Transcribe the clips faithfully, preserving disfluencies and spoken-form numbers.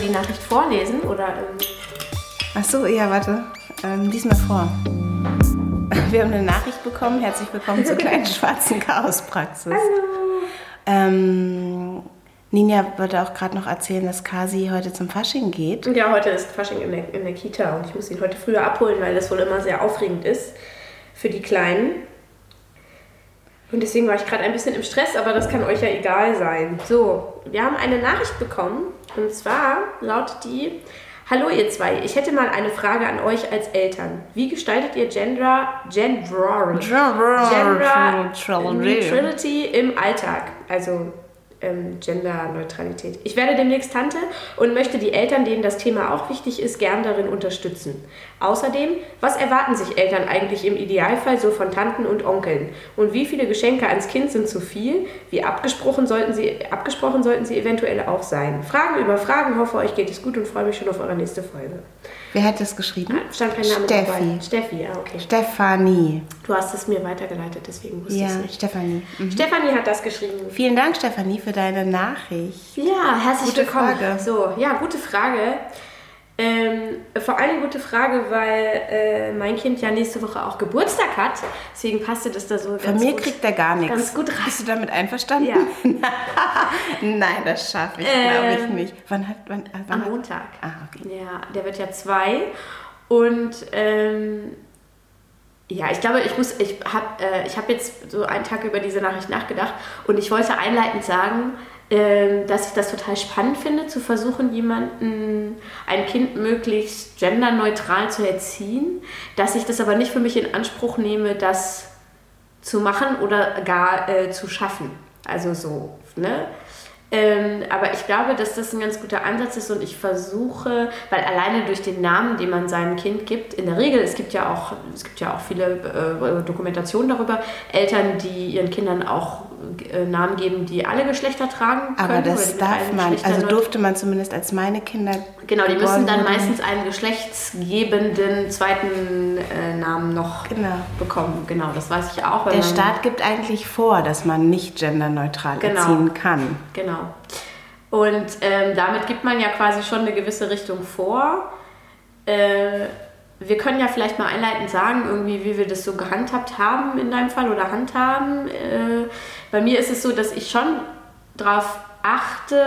die Nachricht vorlesen? Oder, ähm Ach so, ja, warte. Ähm, lies mal vor. Wir haben eine Nachricht bekommen. Herzlich willkommen zur kleinen schwarzen Chaospraxis. Hallo. Ähm, Ninja wollte auch gerade noch erzählen, dass Kasi heute zum Fasching geht. Ja, heute ist Fasching in der, in der Kita und ich muss ihn heute früher abholen, weil das wohl immer sehr aufregend ist für die Kleinen. Und deswegen war ich gerade ein bisschen im Stress, aber das kann euch ja egal sein. So, wir haben eine Nachricht bekommen und zwar lautet die: Hallo ihr zwei, ich hätte mal eine Frage an euch als Eltern. Wie gestaltet ihr Gender, Gender, Gender Neutrality im Alltag? Also ähm, Genderneutralität. Ich werde demnächst Tante und möchte die Eltern, denen das Thema auch wichtig ist, gern darin unterstützen. Außerdem, was erwarten sich Eltern eigentlich im Idealfall so von Tanten und Onkeln? Und wie viele Geschenke ans Kind sind zu viel? Wie abgesprochen sollten sie, abgesprochen sollten sie eventuell auch sein? Fragen über Fragen, hoffe euch geht es gut und freue mich schon auf eure nächste Folge. Wer hat das geschrieben? Ah, stand kein Name Steffi. dabei. Steffi, ja, okay. Stefanie. Du hast es mir weitergeleitet, deswegen wusste ich Ja, es nicht. Stefanie. Mhm. Stefanie hat das geschrieben. Vielen Dank, Stefanie, für deine Nachricht. Ja, herzlich Gute willkommen. Frage. So, ja, gute Frage. Ähm, vor allem gute Frage, weil äh, mein Kind ja nächste Woche auch Geburtstag hat. Deswegen passte das da so ganz Von mir gut, kriegt er gar nichts. ganz gut rein. Bist du damit einverstanden? Ja. Nein, das schaffe ich, Ähm, glaube ich nicht. Wann hat wann, wann Am hat, Montag. Ah, okay. Ja, der wird ja zwei. Und ähm, ja, ich glaube, ich muss, ich habe äh, ich hab jetzt so einen Tag über diese Nachricht nachgedacht und ich wollte einleitend sagen, äh, dass ich das total spannend finde, zu versuchen, jemanden, ein Kind möglichst genderneutral zu erziehen, dass ich das aber nicht für mich in Anspruch nehme, das zu machen oder gar äh, zu schaffen. Also so, ne? Ähm, aber ich glaube, dass das ein ganz guter Ansatz ist und ich versuche, weil alleine durch den Namen, den man seinem Kind gibt, in der Regel, es gibt ja auch, es gibt ja auch viele äh, Dokumentationen darüber, Eltern, die ihren Kindern auch äh, Namen geben, die alle Geschlechter tragen können. Aber das oder die darf mit man, Geschlechtern also neu- durfte man zumindest als meine Kinder. Genau, die müssen dann wurden. meistens einen geschlechtsgebenden zweiten äh, Namen noch Genau. bekommen. Genau, das weiß ich auch. Weil Der man, Staat gibt eigentlich vor, dass man nicht genderneutral Genau. erziehen kann. Genau. Und ähm, damit gibt man ja quasi schon eine gewisse Richtung vor. Äh, wir können ja vielleicht mal einleitend sagen, irgendwie, wie wir das so gehandhabt haben in deinem Fall oder handhaben. Äh, bei mir ist es so, dass ich schon darauf achte,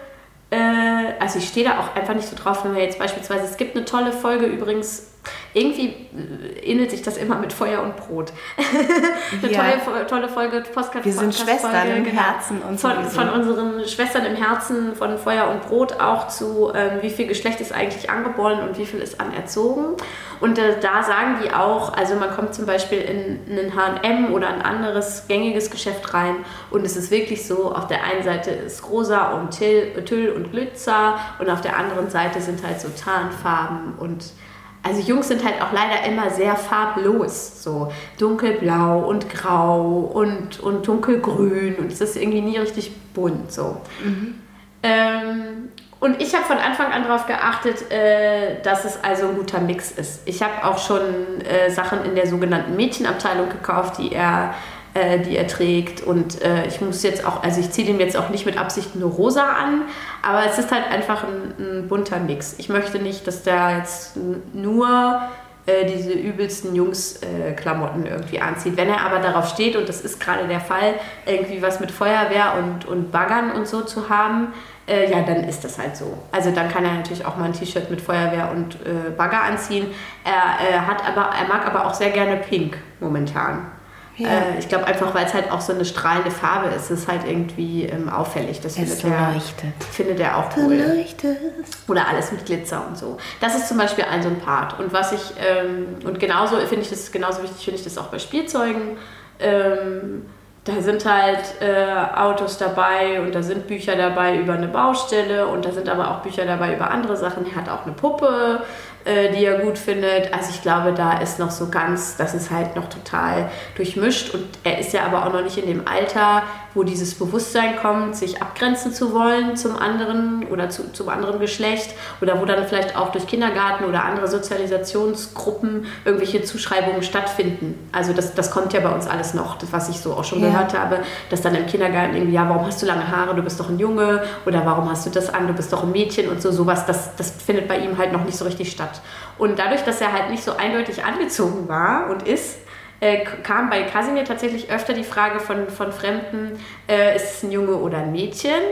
äh, also ich stehe da auch einfach nicht so drauf, wenn wir jetzt beispielsweise, es gibt eine tolle Folge übrigens, irgendwie ähnelt sich das immer mit Feuer und Brot. Eine Ja. tolle, tolle Folge, Postkarte. Wir sind Schwestern im genau. Herzen und von, sowieso. von unseren Schwestern im Herzen, von Feuer und Brot auch zu, ähm, wie viel Geschlecht ist eigentlich angeboren und wie viel ist anerzogen. Und äh, da sagen die auch, also man kommt zum Beispiel in, in einen H und M oder ein anderes gängiges Geschäft rein und es ist wirklich so, auf der einen Seite ist rosa und Tüll, Tüll und Glitzer und auf der anderen Seite sind halt so Tarnfarben und also Jungs sind halt auch leider immer sehr farblos, so dunkelblau und grau und, und dunkelgrün und es ist irgendwie nie richtig bunt so. Mhm. Ähm, und ich habe von Anfang an darauf geachtet, äh, dass es also ein guter Mix ist. Ich habe auch schon äh, Sachen in der sogenannten Mädchenabteilung gekauft, die er äh, die er trägt und äh, ich muss jetzt auch, also ich ziehe dem jetzt auch nicht mit Absicht nur rosa an, aber es ist halt einfach ein, ein bunter Mix. Ich möchte nicht, dass der jetzt nur äh, diese übelsten Jungs-Klamotten äh, irgendwie anzieht. Wenn er aber darauf steht, und das ist gerade der Fall, irgendwie was mit Feuerwehr und, und Baggern und so zu haben, äh, ja, dann ist das halt so. Also dann kann er natürlich auch mal ein T-Shirt mit Feuerwehr und äh, Bagger anziehen. Er, äh, hat aber, er mag aber auch sehr gerne Pink momentan. Ja. Äh, ich glaube einfach, weil es halt auch so eine strahlende Farbe ist, ist halt irgendwie ähm, auffällig. Das Es findet er, leuchtet. findet er auch Du cool. leuchtest. Oder alles mit Glitzer und so. Das ist zum Beispiel ein so ein Part. Und was ich, ähm, und genauso finde ich das, genauso wichtig finde ich das auch bei Spielzeugen. Ähm, da sind halt äh, Autos dabei und da sind Bücher dabei über eine Baustelle und da sind aber auch Bücher dabei über andere Sachen. Er hat auch eine Puppe, äh, die er gut findet. Also ich glaube, da ist noch so ganz, das ist halt noch total durchmischt und er ist ja aber auch noch nicht in dem Alter, wo dieses Bewusstsein kommt, sich abgrenzen zu wollen zum anderen oder zu, zum anderen Geschlecht oder wo dann vielleicht auch durch Kindergarten oder andere Sozialisationsgruppen irgendwelche Zuschreibungen stattfinden. Also das, das kommt ja bei uns alles noch, das, was ich so auch schon ja. gehört habe, dass dann im Kindergarten irgendwie, ja, warum hast du lange Haare, du bist doch ein Junge oder warum hast du das an, du bist doch ein Mädchen und so, sowas, das, das findet bei ihm halt noch nicht so richtig statt. Und dadurch, dass er halt nicht so eindeutig angezogen war und ist, Äh, kam bei Kasimir tatsächlich öfter die Frage von, von Fremden, äh, ist es ein Junge oder ein Mädchen?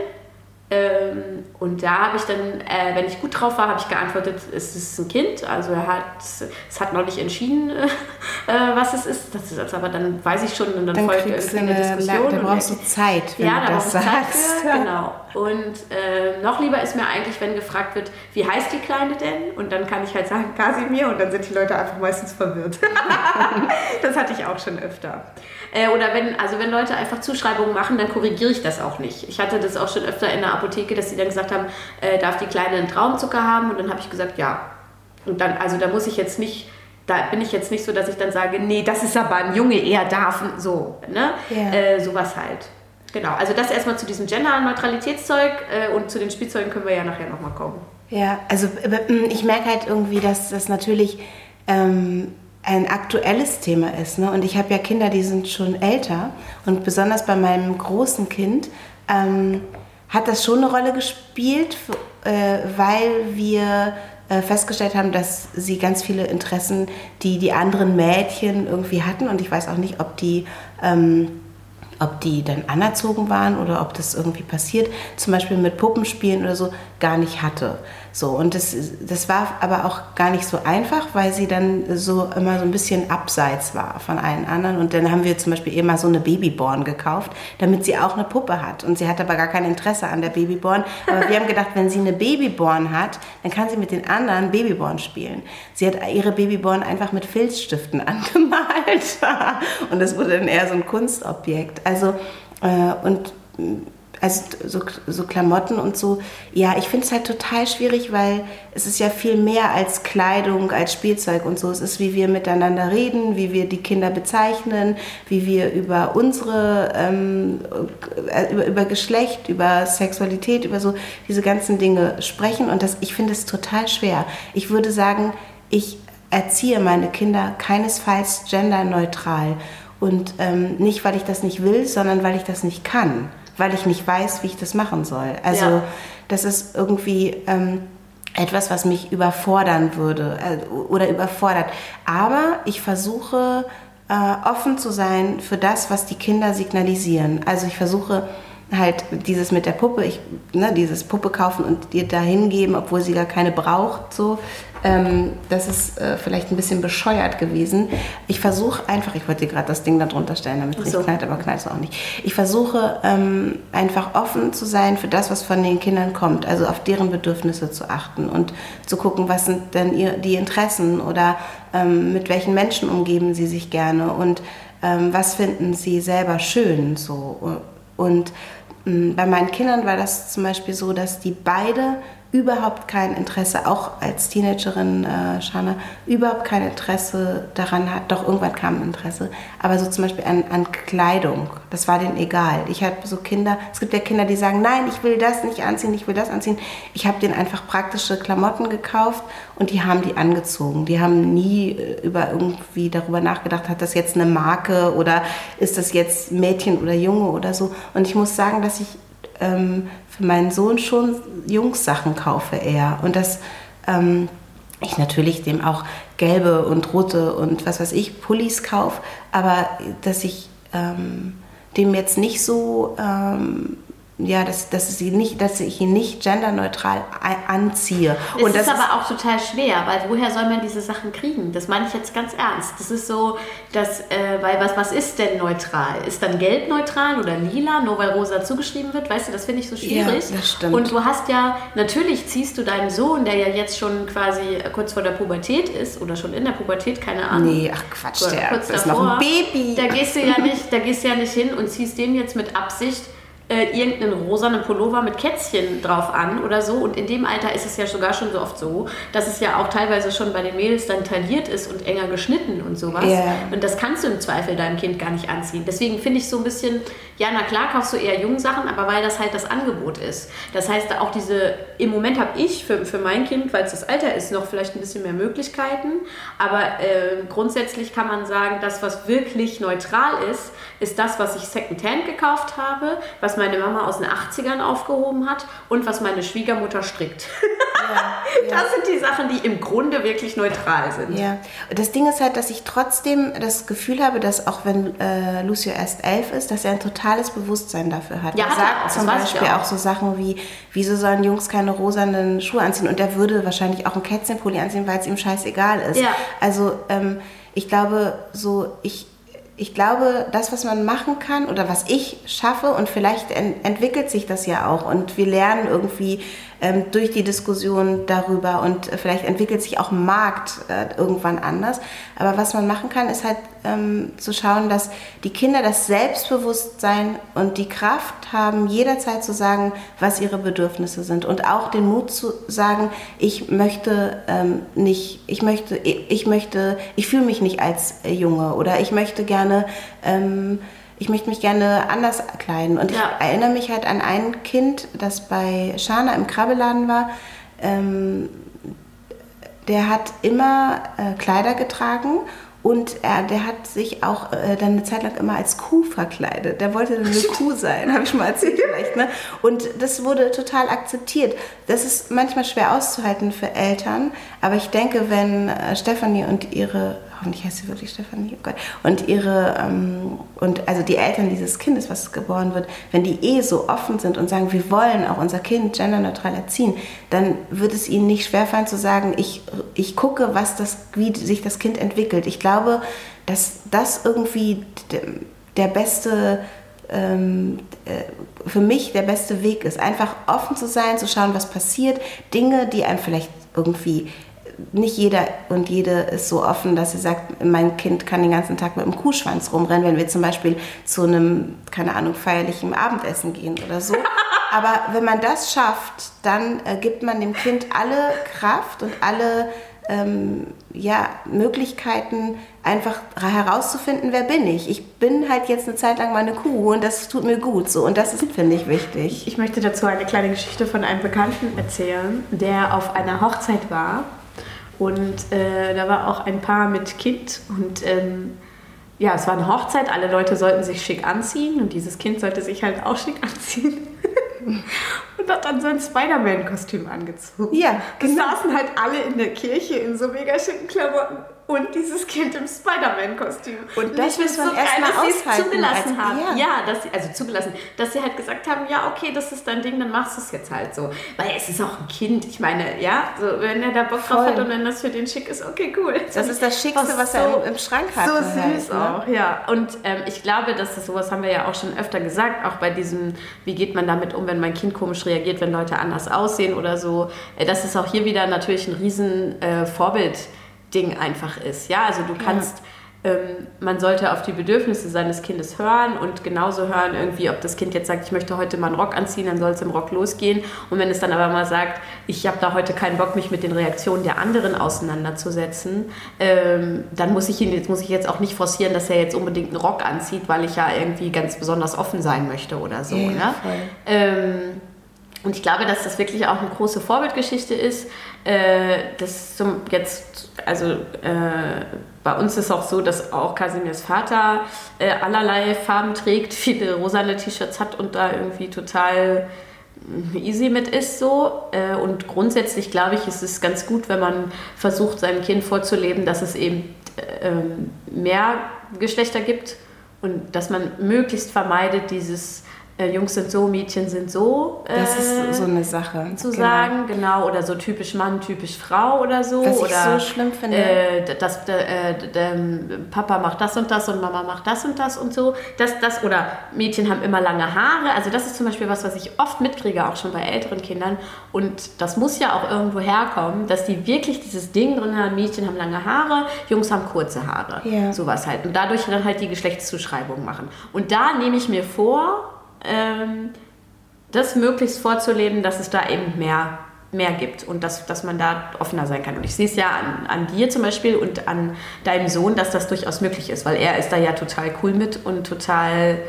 Ähm, und da habe ich dann, äh, wenn ich gut drauf war, habe ich geantwortet, es ist ein Kind. Also er hat, es hat noch nicht entschieden, äh, was es ist. Das ist jetzt aber dann weiß ich schon und dann, dann folgt irgendwie eine, eine Diskussion. Da brauchst du Zeit, wenn ja, du das sagst. Zeit für, genau. Und äh, noch lieber ist mir eigentlich, wenn gefragt wird, wie heißt die Kleine denn? Und dann kann ich halt sagen, Kasimir, und dann sind die Leute einfach meistens verwirrt. Das hatte ich auch schon öfter. Äh, oder wenn, also wenn Leute einfach Zuschreibungen machen, dann korrigiere ich das auch nicht. Ich hatte das auch schon öfter in der Apotheke, dass sie dann gesagt haben, äh, darf die Kleine einen Traumzucker haben? Und dann habe ich gesagt, ja. Und dann, also da muss ich jetzt nicht, da bin ich jetzt nicht so, dass ich dann sage, nee, das ist aber ein Junge, er darf, so, ne? Yeah. Äh, sowas halt. Genau, also das erstmal zu diesem Gender-Neutralitätszeug äh, und zu den Spielzeugen können wir ja nachher nochmal kommen. Ja, also ich merke halt irgendwie, dass das natürlich ähm, ein aktuelles Thema ist. Ne? Und ich habe ja Kinder, die sind schon älter und besonders bei meinem großen Kind ähm, hat das schon eine Rolle gespielt, äh, weil wir äh, festgestellt haben, dass sie ganz viele Interessen, die die anderen Mädchen irgendwie hatten und ich weiß auch nicht, ob die... Ähm, ob die dann anerzogen waren oder ob das irgendwie passiert, zum Beispiel mit Puppenspielen oder so, gar nicht hatte. So, und das, das war aber auch gar nicht so einfach, weil sie dann so immer so ein bisschen abseits war von allen anderen. Und dann haben wir zum Beispiel immer so eine Babyborn gekauft, damit sie auch eine Puppe hat. Und sie hat aber gar kein Interesse an der Babyborn. Aber wir haben gedacht, wenn sie eine Babyborn hat, dann kann sie mit den anderen Babyborn spielen. Sie hat ihre Babyborn einfach mit Filzstiften angemalt. Und das wurde dann eher so ein Kunstobjekt. Also, äh, und also so, so Klamotten und so, ja, ich finde es halt total schwierig, weil es ist ja viel mehr als Kleidung, als Spielzeug und so. Es ist, wie wir miteinander reden, wie wir die Kinder bezeichnen, wie wir über unsere, ähm, über, über Geschlecht, über Sexualität, über so diese ganzen Dinge sprechen und das, ich finde es total schwer. Ich würde sagen, ich erziehe meine Kinder keinesfalls genderneutral und ähm, nicht, weil ich das nicht will, sondern weil ich das nicht kann. Weil ich nicht weiß, wie ich das machen soll. Also ja. Das ist irgendwie ähm, etwas, was mich überfordern würde äh, oder überfordert. Aber ich versuche äh, offen zu sein für das, was die Kinder signalisieren. Also ich versuche halt dieses mit der Puppe, ich, ne, dieses Puppe kaufen und dir dahin geben, obwohl sie gar keine braucht, so. Ähm, das ist äh, vielleicht ein bisschen bescheuert gewesen. Ich versuche einfach, ich wollte dir gerade das Ding da drunter stellen, damit es so. nicht knallt, aber knallt es auch nicht. Ich versuche ähm, einfach offen zu sein für das, was von den Kindern kommt, also auf deren Bedürfnisse zu achten und zu gucken, was sind denn ihr, die Interessen oder ähm, mit welchen Menschen umgeben sie sich gerne und ähm, was finden sie selber schön, so. Und ähm, bei meinen Kindern war das zum Beispiel so, dass die beide überhaupt kein Interesse, auch als Teenagerin, äh, Shana, überhaupt kein Interesse daran hat, doch irgendwann kam ein Interesse, aber so zum Beispiel an, an Kleidung, das war denen egal. Ich habe so Kinder, es gibt ja Kinder, die sagen, nein, ich will das nicht anziehen, ich will das anziehen. Ich habe denen einfach praktische Klamotten gekauft und die haben die angezogen. Die haben nie über irgendwie darüber nachgedacht, hat das jetzt eine Marke oder ist das jetzt Mädchen oder Junge oder so. Und ich muss sagen, dass ich ähm, für meinen Sohn schon Jungs-Sachen kaufe eher. Und dass ähm, ich natürlich dem auch gelbe und rote und was weiß ich, Pullis kaufe, aber dass ich ähm, dem jetzt nicht so, ähm, ja, dass, dass, ich nicht, dass ich ihn nicht genderneutral anziehe. Es und ist das aber ist auch total schwer, weil woher soll man diese Sachen kriegen? Das meine ich jetzt ganz ernst. Das ist so, dass, äh, weil was, was ist denn neutral? Ist dann gelb neutral oder lila, nur weil rosa zugeschrieben wird? Weißt du, das finde ich so schwierig. Ja, das stimmt. Und du hast ja, natürlich ziehst du deinem Sohn, der ja jetzt schon quasi kurz vor der Pubertät ist oder schon in der Pubertät, keine Ahnung. Nee, ach Quatsch, der kurz ist davor, noch ein Baby. Da gehst du ja nicht, da gehst du ja nicht hin und ziehst dem jetzt mit Absicht äh, irgendeinen rosanen Pullover mit Kätzchen drauf an oder so. Und in dem Alter ist es ja sogar schon so oft so, dass es ja auch teilweise schon bei den Mädels dann tailliert ist und enger geschnitten und sowas. Yeah. Und das kannst du im Zweifel deinem Kind gar nicht anziehen. Deswegen finde ich so ein bisschen, ja, na klar kaufst du eher jungen Sachen, aber weil das halt das Angebot ist. Das heißt, auch diese, im Moment habe ich für, für mein Kind, weil es das Alter ist, noch vielleicht ein bisschen mehr Möglichkeiten. Aber äh, grundsätzlich kann man sagen, das, was wirklich neutral ist, ist das, was ich Secondhand gekauft habe, was meine Mama aus den achtzigern aufgehoben hat und was meine Schwiegermutter strickt. Ja, ja. Das sind die Sachen, die im Grunde wirklich neutral sind. Ja, das Ding ist halt, dass ich trotzdem das Gefühl habe, dass auch wenn äh, Lucio erst elf ist, dass er ein totales Bewusstsein dafür hat. Ja, er hat sagt er, zum Beispiel auch. auch so Sachen wie, wieso sollen Jungs keine rosanen Schuhe anziehen? Und er würde wahrscheinlich auch einen Kätzchenpulli anziehen, weil es ihm scheißegal ist. Ja. Also ähm, ich glaube, so ich Ich glaube, das, was man machen kann oder was ich schaffe, und vielleicht ent- entwickelt sich das ja auch und wir lernen irgendwie ähm, durch die Diskussion darüber und äh, vielleicht entwickelt sich auch ein Markt äh, irgendwann anders. Aber was man machen kann, ist halt ähm, zu schauen, dass die Kinder das Selbstbewusstsein und die Kraft haben, jederzeit zu sagen, was ihre Bedürfnisse sind und auch den Mut zu sagen, ich möchte ähm, nicht, ich möchte, ich möchte, ich fühle mich nicht als äh, Junge oder ich möchte gerne Ähm, ich möchte mich gerne anders kleiden. Und ja. ich erinnere mich halt an ein Kind, das bei Shana im Krabbelladen war. Ähm, der hat immer äh, Kleider getragen und er, der hat sich auch äh, dann eine Zeit lang immer als Kuh verkleidet. Der wollte dann eine Kuh sein, habe ich schon mal erzählt vielleicht. Ne? Und das wurde total akzeptiert. Das ist manchmal schwer auszuhalten für Eltern, aber ich denke, wenn äh, Stefanie und ihre hoffentlich heißt sie wirklich Stefanie, oh Gott, und ihre, ähm, und also die Eltern dieses Kindes, was geboren wird, wenn die eh so offen sind und sagen, wir wollen auch unser Kind genderneutral erziehen, dann wird es ihnen nicht schwerfallen zu sagen, ich, ich gucke, was das, wie sich das Kind entwickelt. Ich glaube, dass das irgendwie der beste, ähm, für mich der beste Weg ist, einfach offen zu sein, zu schauen, was passiert, Dinge, die einem vielleicht irgendwie nicht jeder und jede ist so offen, dass sie sagt, mein Kind kann den ganzen Tag mit dem Kuhschwanz rumrennen, wenn wir zum Beispiel zu einem, keine Ahnung, feierlichen Abendessen gehen oder so. Aber wenn man das schafft, dann äh, gibt man dem Kind alle Kraft und alle ähm, ja, Möglichkeiten, einfach herauszufinden, wer bin ich. Ich bin halt jetzt eine Zeit lang meine Kuh und das tut mir gut so und das ist, finde ich, wichtig. Ich möchte dazu eine kleine Geschichte von einem Bekannten erzählen, der auf einer Hochzeit war. Und äh, da war auch ein Paar mit Kind und ähm, ja, es war eine Hochzeit, alle Leute sollten sich schick anziehen und dieses Kind sollte sich halt auch schick anziehen und hat dann so ein Spider-Man-Kostüm angezogen. Ja, genau. Es saßen halt alle in der Kirche in so mega schicken Klamotten und dieses Kind im Spider-Man-Kostüm. Und das muss man so erstmal aushalten. Zugelassen als, haben. Ja, ja dass sie, also zugelassen, dass sie halt gesagt haben, ja, okay, das ist dein Ding, dann machst du es jetzt halt so. Weil es ist auch ein Kind, ich meine, ja, so, wenn er da Bock Voll. drauf hat und wenn das für den schick ist, okay, cool. Das ist das Schickste, was, was er so, im, im Schrank hat. So süß halt, auch, ne? Ja. Und ähm, ich glaube, dass das, sowas haben wir ja auch schon öfter gesagt, auch bei diesem, wie geht man damit um, wenn mein Kind komisch reagiert, wenn Leute anders aussehen oder so. Äh, das ist auch hier wieder natürlich ein riesen äh, Vorbild Ding einfach ist. Ja, also du kannst, ja. ähm, man sollte auf die Bedürfnisse seines Kindes hören und genauso hören irgendwie, ob das Kind jetzt sagt, ich möchte heute mal einen Rock anziehen, dann soll es im Rock losgehen. Und wenn es dann aber mal sagt, ich habe da heute keinen Bock, mich mit den Reaktionen der anderen auseinanderzusetzen, ähm, dann muss ich ihn jetzt muss ich jetzt auch nicht forcieren, dass er jetzt unbedingt einen Rock anzieht, weil ich ja irgendwie ganz besonders offen sein möchte oder so. Ja, ne? ähm, Und ich glaube, dass das wirklich auch eine große Vorbildgeschichte ist. Äh, das zum jetzt, also äh, bei uns ist auch so, dass auch Kasimirs Vater äh, allerlei Farben trägt, viele rosane T-Shirts hat und da irgendwie total easy mit ist so. Äh, und grundsätzlich glaube ich, ist es ganz gut, wenn man versucht, seinem Kind vorzuleben, dass es eben äh, mehr Geschlechter gibt und dass man möglichst vermeidet, dieses Äh, Jungs sind so, Mädchen sind so. Äh, das ist so eine Sache. Zu genau. sagen, genau. Oder so typisch Mann, typisch Frau oder so. Was ich oder, so schlimm finde. Äh, das, äh, äh, Papa macht das und das und Mama macht das und das und so. Das, das, oder Mädchen haben immer lange Haare. Also das ist zum Beispiel was, was ich oft mitkriege, auch schon bei älteren Kindern. Und das muss ja auch irgendwo herkommen, dass die wirklich dieses Ding drin haben, Mädchen haben lange Haare, Jungs haben kurze Haare. Ja. Sowas halt. Und dadurch dann halt die Geschlechtszuschreibung machen. Und da nehme ich mir vor, ähm, das möglichst vorzuleben, dass es da eben mehr, mehr gibt und dass, dass man da offener sein kann. Und ich sehe es ja an, an dir zum Beispiel und an deinem Sohn, dass das durchaus möglich ist, weil er ist da ja total cool mit und total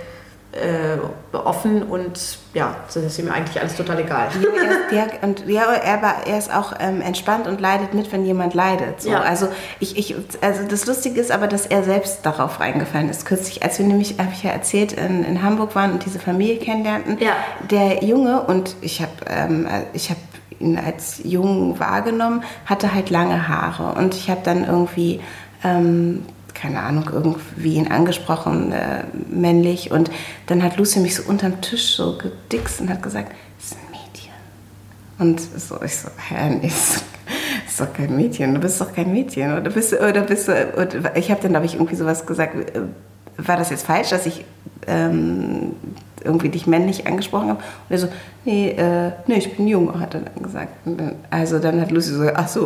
äh, offen und ja, das ist ihm eigentlich alles total egal. Ja, ja, und ja, er, er ist auch ähm, entspannt und leidet mit, wenn jemand leidet. So. Ja. Also, ich, ich, also das Lustige ist aber, dass er selbst darauf reingefallen ist. Kürzlich, als wir nämlich, habe ich ja erzählt, in, in Hamburg waren und diese Familie kennenlernten, ja. Der Junge, und ich habe ähm, ich hab ihn als Jungen wahrgenommen, hatte halt lange Haare und ich habe dann irgendwie ähm, keine Ahnung, irgendwie ihn angesprochen, äh, männlich. Und dann hat Lucy mich so unterm Tisch so gedickst und hat gesagt, das ist ein Mädchen. Und so, ich so, hä, nee, das ist doch kein Mädchen, du bist doch kein Mädchen. Oder bist du, oder bist du, und ich habe dann, glaube ich, irgendwie sowas gesagt, war das jetzt falsch, dass ich ähm, irgendwie dich männlich angesprochen habe? Und er so, nee, äh, nee, ich bin jung, hat er dann gesagt. Und dann, also dann hat Lucy so, ach so,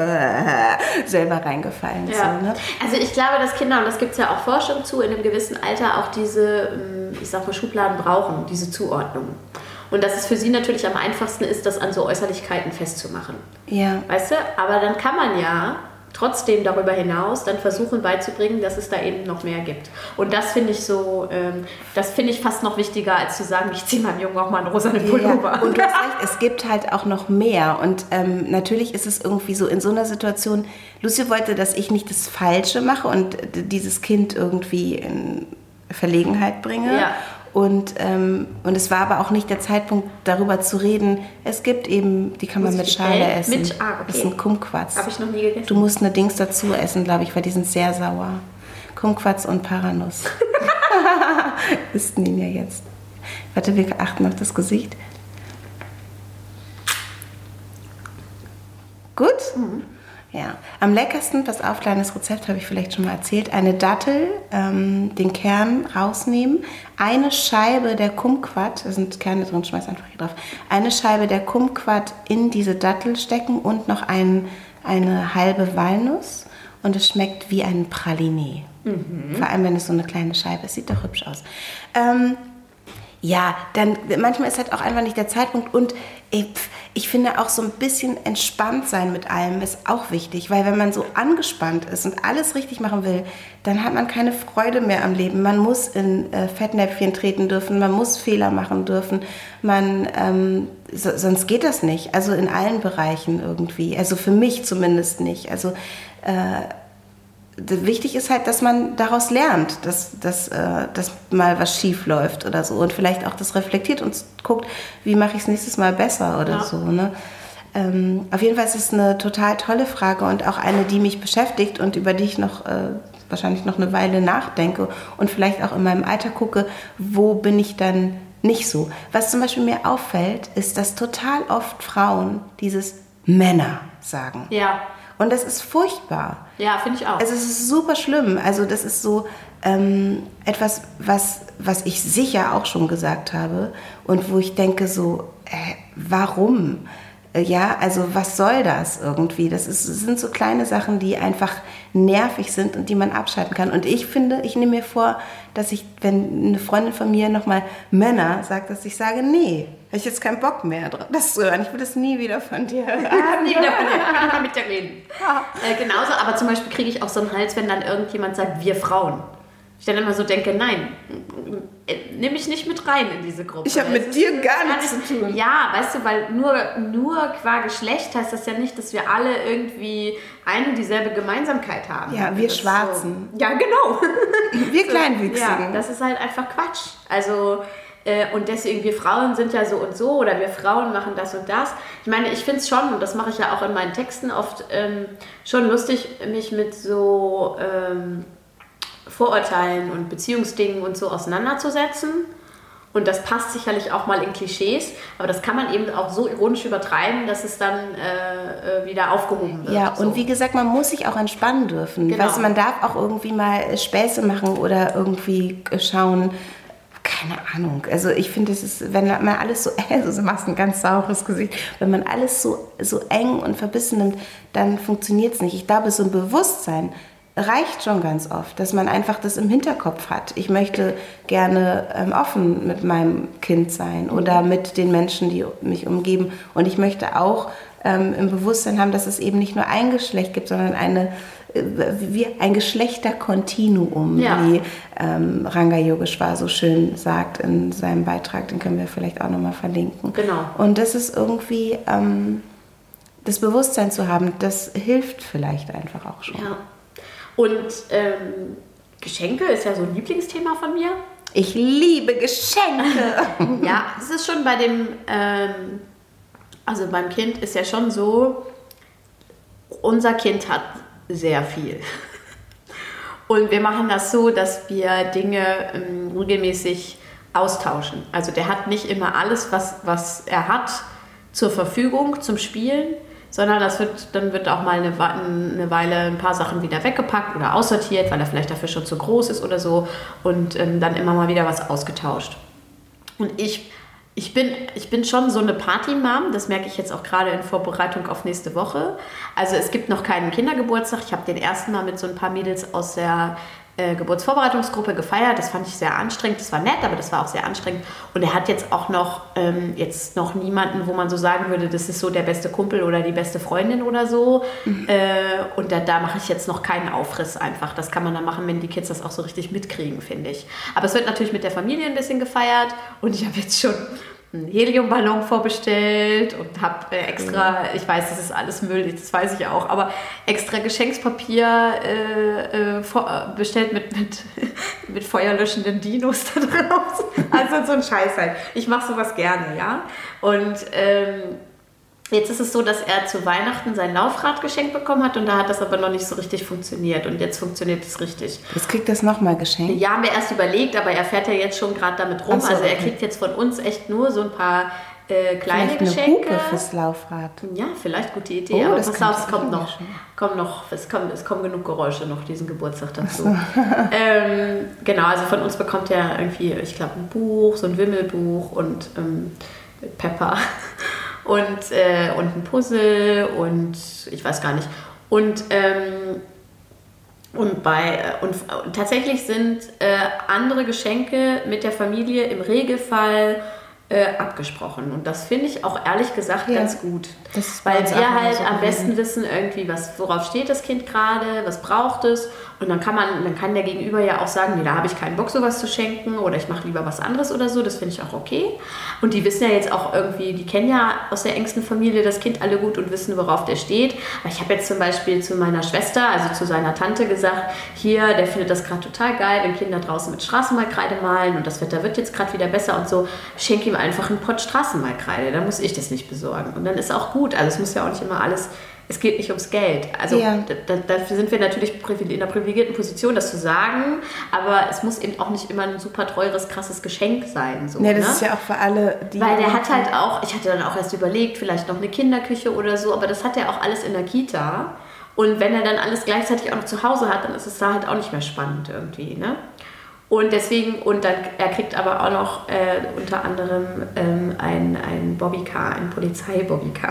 äh, selber reingefallen. Ja. So, ne? Also ich glaube, dass Kinder, und das gibt es ja auch Forschung zu, in einem gewissen Alter auch diese, ich sag mal, Schubladen brauchen, diese Zuordnung. Und dass es für sie natürlich am einfachsten ist, das an so Äußerlichkeiten festzumachen. Ja. Weißt du? Aber dann kann man ja trotzdem darüber hinaus dann versuchen beizubringen, dass es da eben noch mehr gibt. Und das finde ich so, ähm, das finde ich fast noch wichtiger, als zu sagen, ich ziehe meinem Jungen auch mal einen rosanen Pullover an. Ja, und du hast recht, es gibt halt auch noch mehr. Und ähm, natürlich ist es irgendwie so in so einer Situation, Lucy wollte, dass ich nicht das Falsche mache und dieses Kind irgendwie in Verlegenheit bringe. Ja. Und, ähm, und es war aber auch nicht der Zeitpunkt, darüber zu reden. Es gibt eben, die kann man mit Schale äh, essen. Mit, ah, okay. Das ist ein Kumquats. Habe ich noch nie gegessen. Du musst eine Dings dazu essen, glaube ich, weil die sind sehr sauer. Kumquats und Paranuss. Issten ihn ja jetzt. Warte, wir achten auf das Gesicht. Gut? Mhm. Ja, am leckersten, pass auf, kleines Rezept habe ich vielleicht schon mal erzählt, eine Dattel, ähm, den Kern rausnehmen, eine Scheibe der Kumquat, da sind Kerne drin, schmeiß einfach hier drauf, eine Scheibe der Kumquat in diese Dattel stecken und noch ein, eine halbe Walnuss und es schmeckt wie ein Praliné. Mhm. Vor allem, wenn es so eine kleine Scheibe ist, sieht doch hübsch aus. Ähm, Ja, dann manchmal ist halt auch einfach nicht der Zeitpunkt und ich, ich finde auch so ein bisschen entspannt sein mit allem ist auch wichtig, weil wenn man so angespannt ist und alles richtig machen will, dann hat man keine Freude mehr am Leben. Man muss in äh, Fettnäpfchen treten dürfen, man muss Fehler machen dürfen, man, ähm, so, sonst geht das nicht. Also in allen Bereichen irgendwie, also für mich zumindest nicht. Also äh, wichtig ist halt, dass man daraus lernt, dass, dass, äh, dass mal was schief läuft oder so und vielleicht auch das reflektiert und guckt, wie mache ich es nächstes Mal besser oder ja. so. Ne? Ähm, auf jeden Fall ist es eine total tolle Frage und auch eine, die mich beschäftigt und über die ich noch äh, wahrscheinlich noch eine Weile nachdenke und vielleicht auch in meinem Alter gucke, wo bin ich dann nicht so. Was zum Beispiel mir auffällt, ist, dass total oft Frauen dieses Männer sagen. Ja. Und das ist furchtbar. Ja, finde ich auch. Also es ist super schlimm. Also das ist so ähm, etwas, was, was ich sicher auch schon gesagt habe und wo ich denke so, äh, warum? Äh, ja, also was soll das irgendwie? Das ist, das sind so kleine Sachen, die einfach nervig sind und die man abschalten kann. Und ich finde, ich nehme mir vor, dass ich, wenn eine Freundin von mir nochmal Männer sagt, dass ich sage, nee, habe ich jetzt keinen Bock mehr drauf, das zu hören. Ich will das nie wieder von dir hören. nie wieder von dir. Kann ich mal mit dir reden. Ja. Äh, genauso, aber zum Beispiel kriege ich auch so einen Hals, wenn dann irgendjemand sagt, wir Frauen. Ich dann immer so denke, nein, nimm mich nicht mit rein in diese Gruppe. Ich habe mit dir gar nichts zu tun. Ja, weißt du, weil nur, nur qua Geschlecht heißt das ja nicht, dass wir alle irgendwie eine und dieselbe Gemeinsamkeit haben. Ja, wir Schwarzen. So, ja, genau. Wir Kleinwüchsigen. Ja, das ist halt einfach Quatsch. Also, äh, und deswegen, wir Frauen sind ja so und so oder wir Frauen machen das und das. Ich meine, ich finde es schon, und das mache ich ja auch in meinen Texten oft, ähm, schon lustig, mich mit so Ähm, Vorurteilen und Beziehungsdingen und so auseinanderzusetzen. Und das passt sicherlich auch mal in Klischees, aber das kann man eben auch so ironisch übertreiben, dass es dann äh, wieder aufgehoben wird. Ja, so. Und wie gesagt, man muss sich auch entspannen dürfen. Genau. Weißt du, man darf auch irgendwie mal Späße machen oder irgendwie schauen, keine Ahnung. Also ich finde, es ist, wenn man alles so, also du machst ein ganz saures Gesicht, wenn man alles so, so eng und verbissen nimmt, dann funktioniert es nicht. Ich glaube, so ein Bewusstsein, reicht schon ganz oft, dass man einfach das im Hinterkopf hat. Ich möchte gerne ähm, offen mit meinem Kind sein oder mit den Menschen, die mich umgeben. Und ich möchte auch ähm, im Bewusstsein haben, dass es eben nicht nur ein Geschlecht gibt, sondern eine, äh, wie ein Geschlechterkontinuum, ja. wie ähm, Ranga Yogeshwar so schön sagt in seinem Beitrag. Den können wir vielleicht auch nochmal verlinken. Genau. Und das ist irgendwie, ähm, das Bewusstsein zu haben, das hilft vielleicht einfach auch schon. Ja. Und ähm, Geschenke ist ja so ein Lieblingsthema von mir. Ich liebe Geschenke. Ja, es ist schon bei dem, ähm, also beim Kind ist ja schon so, unser Kind hat sehr viel. Und wir machen das so, dass wir Dinge ähm, regelmäßig austauschen. Also der hat nicht immer alles, was, was er hat, zur Verfügung zum Spielen, sondern das wird, dann wird auch mal eine, eine Weile ein paar Sachen wieder weggepackt oder aussortiert, weil er vielleicht dafür schon zu groß ist oder so und ähm, dann immer mal wieder was ausgetauscht. Und ich, ich, bin, ich bin schon so eine Party-Mom, das merke ich jetzt auch gerade in Vorbereitung auf nächste Woche. Also es gibt noch keinen Kindergeburtstag, ich habe den ersten Mal mit so ein paar Mädels aus der äh, Geburtsvorbereitungsgruppe gefeiert, das fand ich sehr anstrengend, das war nett, aber das war auch sehr anstrengend und er hat jetzt auch noch, ähm, jetzt noch niemanden, wo man so sagen würde, das ist so der beste Kumpel oder die beste Freundin oder so mhm. äh, und da, da mache ich jetzt noch keinen Aufriss einfach, das kann man dann machen, wenn die Kids das auch so richtig mitkriegen, finde ich. Aber es wird natürlich mit der Familie ein bisschen gefeiert und ich habe jetzt schon einen Heliumballon vorbestellt und habe äh, extra, ich weiß, das ist alles Müll, das weiß ich auch, aber extra Geschenkspapier äh, äh, vor, bestellt mit, mit, mit feuerlöschenden Dinos da drauf. Also so ein Scheiß halt. Ich mache sowas gerne, ja. Und ähm, jetzt ist es so, dass er zu Weihnachten sein Laufrad geschenkt bekommen hat und da hat das aber noch nicht so richtig funktioniert und jetzt funktioniert es richtig. Jetzt kriegt er es nochmal geschenkt? Ja, haben wir erst überlegt, aber er fährt ja jetzt schon gerade damit rum. So, also er okay. kriegt jetzt von uns echt nur so ein paar äh, kleine vielleicht Geschenke. Eine Hupe fürs Laufrad. Ja, vielleicht gute Idee, oh, aber das pass auf, es kommt noch, kommt noch es, kommt, es kommen genug Geräusche noch diesen Geburtstag dazu. So. ähm, genau, also von uns bekommt er irgendwie, ich glaube, ein Buch, so ein Wimmelbuch und ähm, Pepper. Und, äh, und ein Puzzle und ich weiß gar nicht. Und, ähm, und, bei, und, und tatsächlich sind äh, andere Geschenke mit der Familie im Regelfall äh, abgesprochen. Und das finde ich auch ehrlich gesagt ja, ganz gut. Weil wir halt so am besten wissen irgendwie, was, worauf steht das Kind gerade, was braucht es. Und dann kann man, dann kann der Gegenüber ja auch sagen, nee, da habe ich keinen Bock, sowas zu schenken oder ich mache lieber was anderes oder so. Das finde ich auch okay. Und die wissen ja jetzt auch irgendwie, die kennen ja aus der engsten Familie das Kind alle gut und wissen, worauf der steht. Aber ich habe jetzt zum Beispiel zu meiner Schwester, also zu seiner Tante gesagt, hier, der findet das gerade total geil, wenn Kinder draußen mit Straßenmalkreide malen und das Wetter wird jetzt gerade wieder besser und so, schenke ihm einfach einen Pott Straßenmalkreide, dann muss ich das nicht besorgen. Und dann ist auch gut, also es muss ja auch nicht immer alles... Es geht nicht ums Geld. Also ja. da, dafür sind wir natürlich in einer privilegierten Position, das zu sagen, aber es muss eben auch nicht immer ein super teures, krasses Geschenk sein. So, nee, das ne? ist ja auch für alle, die... Weil der hat halt auch, ich hatte dann auch erst überlegt, vielleicht noch eine Kinderküche oder so, aber das hat er auch alles in der Kita. Und wenn er dann alles gleichzeitig auch noch zu Hause hat, dann ist es da halt auch nicht mehr spannend irgendwie, ne? Und deswegen, und dann, er kriegt aber auch noch äh, unter anderem ähm, ein, ein Bobbycar, ein Polizei-Bobbycar.